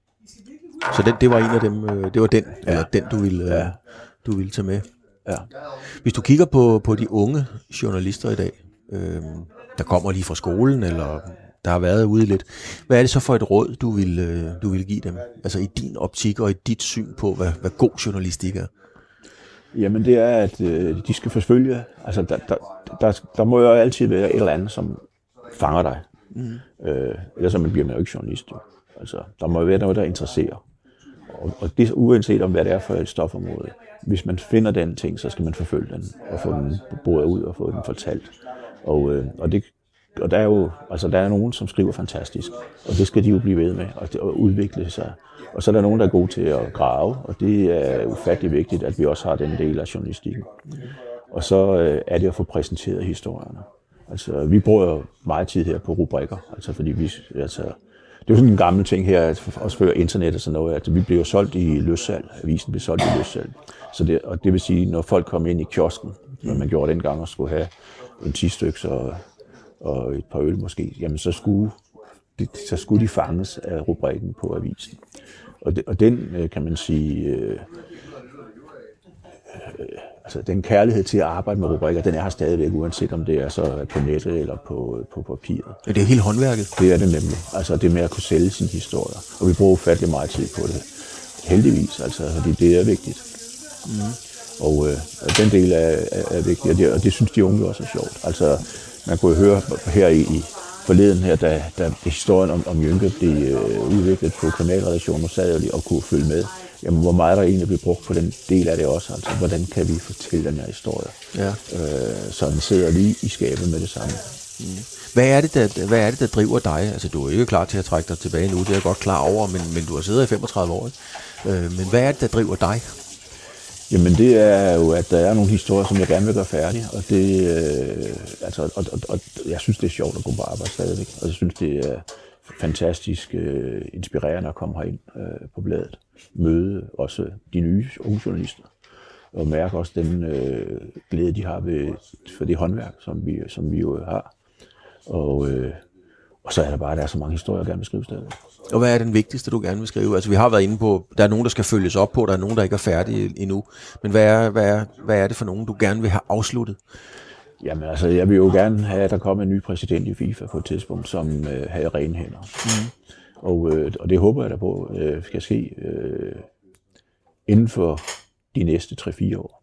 Så den, det var en af dem, øh, det var den, ja. Eller den du ville, øh, ja. du ville tage med. Ja. Hvis du kigger på, på de unge journalister i dag, øh, der kommer lige fra skolen, eller der har været ude lidt, hvad er det så for et råd, du vil, øh, du vil give dem? Altså i din optik og i dit syn på, hvad, hvad god journalistik er? Jamen det er, at øh, de skal forfølge, altså der, der, der, der må jo altid være et eller andet, som fanger dig. Mm. Øh, ellers så bliver man jo ikke journalist. Jo. Altså, der må jo være noget, der interesserer. Og, og det uanset om, hvad det er for et stofområde. Hvis man finder den ting, så skal man forfølge den, og få den boret ud og få den fortalt. Og, øh, og, det, og der er jo altså, der er nogen, som skriver fantastisk, og det skal de jo blive ved med, og, det, og udvikle sig. Og så er der nogen, der er gode til at grave, og det er ufattelig vigtigt, at vi også har den del af journalistikken. Og så øh, er det at få præsenteret historierne. Altså, vi bruger meget tid her på rubrikker, altså fordi vi, altså, det er jo sådan en gammel ting her, også før internet og sådan noget, at vi blev solgt i løssalg, avisen blev solgt i løssalg. Så det, og det vil sige, når folk kom ind i kiosken, når man gjorde dengang og skulle have en ti styks og, og et par øl måske, jamen så skulle, de, så skulle de fanges af rubrikken på avisen. Og, det, og den, kan man sige, øh, øh, altså den kærlighed til at arbejde med rubrikker, den er her stadigvæk, uanset om det er så på nettet eller på, på papiret. Ja, det er helt håndværket. Det er det nemlig. Altså det med at kunne sælge sine historier. Og vi bruger ufattelig meget tid på det. Heldigvis, altså, fordi det er vigtigt. Mm. Og øh, den del er, er, er vigtig, og det, og det synes de unge også er sjovt. Altså, man kunne høre her i, i forleden her, da, da historien om, om Jynke blev øh, udviklet på kriminalredaktionen, så sad jeg lige og kunne følge med. Jamen, hvor meget der egentlig blev brugt på den del af det også. Altså, hvordan kan vi fortælle den her historie? Ja. Øh, så den sidder lige i skabet med det samme. Mm. Hvad er det, der, hvad er det, der driver dig? Altså, du er ikke klar til at trække dig tilbage nu, det er jeg godt klar over, men, men du har siddet i femogtredive år. Øh, men hvad er det, der driver dig? Jamen det er jo, at der er nogle historier, som jeg gerne vil gøre færdige, og det, øh, altså, og, og, og jeg synes, det er sjovt at gå på arbejde stadigvæk, og jeg synes, det er fantastisk øh, inspirerende at komme herind øh, på bladet, møde også de nye unge journalister, og mærke også den øh, glæde, de har ved, for det håndværk, som vi, som vi jo har, og, øh, og så er der bare, der er så mange historier, jeg gerne vil skrive stadigvæk. Og hvad er den vigtigste, du gerne vil skrive? Altså, vi har været inde på, der er nogen, der skal følges op på, der er nogen, der ikke er færdige endnu. Men hvad er, hvad er, hvad er det for nogen, du gerne vil have afsluttet? Jamen altså, jeg vil jo gerne have, at der kommer en ny præsident i FIFA på et tidspunkt, som øh, havde rene hænder. Mm. Og, øh, og det håber jeg da på, øh, skal ske øh, inden for de næste tre fire år.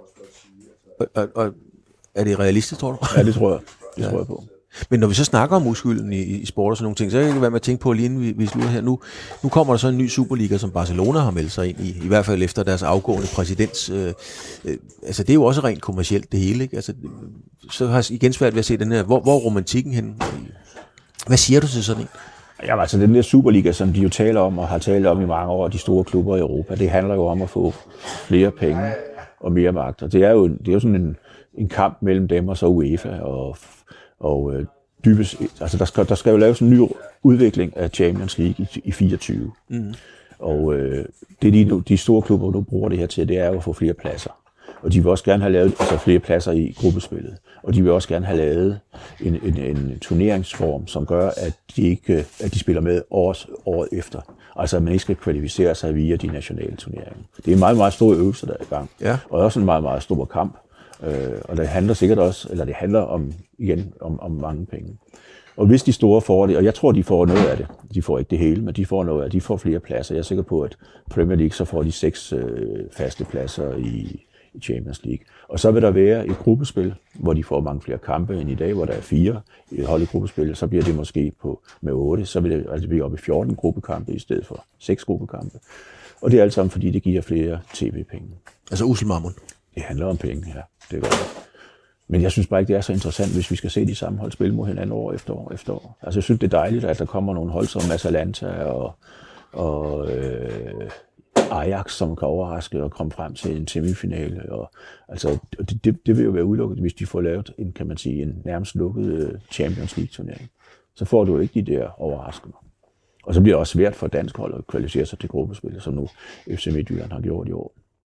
Og, og, og er det realistisk, tror du? Ja, det tror jeg. Det ja. tror jeg på. Men når vi så snakker om uskylden i, i sport og sådan nogle ting, så kan jeg ikke være med at tænke på, lige inden vi, vi slutter her. Nu, nu kommer der så en ny Superliga, som Barcelona har meldt sig ind i, i hvert fald efter deres afgående præsidents. Øh, øh, altså det er jo også rent kommercielt det hele, ikke? Altså, så har jeg igen svært ved at se den her, hvor, hvor er romantikken henne? Hvad siger du til sådan en? Ja, altså den der Superliga, som de jo taler om og har talt om i mange år, de store klubber i Europa, det handler jo om at få flere penge og mere magt. Og det er jo, det er jo sådan en, en kamp mellem dem og så UEFA og Og øh, dybest, altså der skal, der skal jo laves en ny udvikling af Champions League i, i fireogtyve. Mm. Og øh, det de, de store klubber, der bruger det her til, det er jo at få flere pladser. Og de vil også gerne have lavet altså flere pladser i gruppespillet. Og de vil også gerne have lavet en, en, en turneringsform, som gør, at de ikke at de spiller med års, året efter. Altså at man ikke skal kvalificere sig via de nationale turneringer. Det er en meget, meget stor øvelse, der er i gang. Ja. Og også en meget, meget stor kamp. Øh, og det handler sikkert også, eller det handler om, igen, om, om mange penge. Og hvis de store får det, og jeg tror, de får noget af det, de får ikke det hele, men de får noget af det, de får flere pladser. Jeg er sikker på, at Premier League så får de seks øh, faste pladser i, i Champions League. Og så vil der være et gruppespil, hvor de får mange flere kampe end i dag, hvor der er fire hold i gruppespil, så bliver det måske på med otte, så vil det altså blive op i fjorten gruppekampe i stedet for seks gruppekampe. Og det er alt sammen, fordi det giver flere tv-penge. Altså uselmammon. Det handler om penge, ja. Det gør det. Men jeg synes bare ikke, det er så interessant, hvis vi skal se de samme hold spille mod hinanden år efter år efter år. Altså jeg synes, det er dejligt, at der kommer nogle hold som Atalanta og, og øh, Ajax, som kan overraske og komme frem til en semifinale. Og, altså, det, det, det vil jo være udelukket, hvis de får lavet en, kan man sige, en nærmest lukket Champions League-turnering. Så får du jo ikke de der overraskelser. Og så bliver det også svært for dansk hold at kvalificere sig til gruppespil, som nu F C Midtjylland har gjort i år.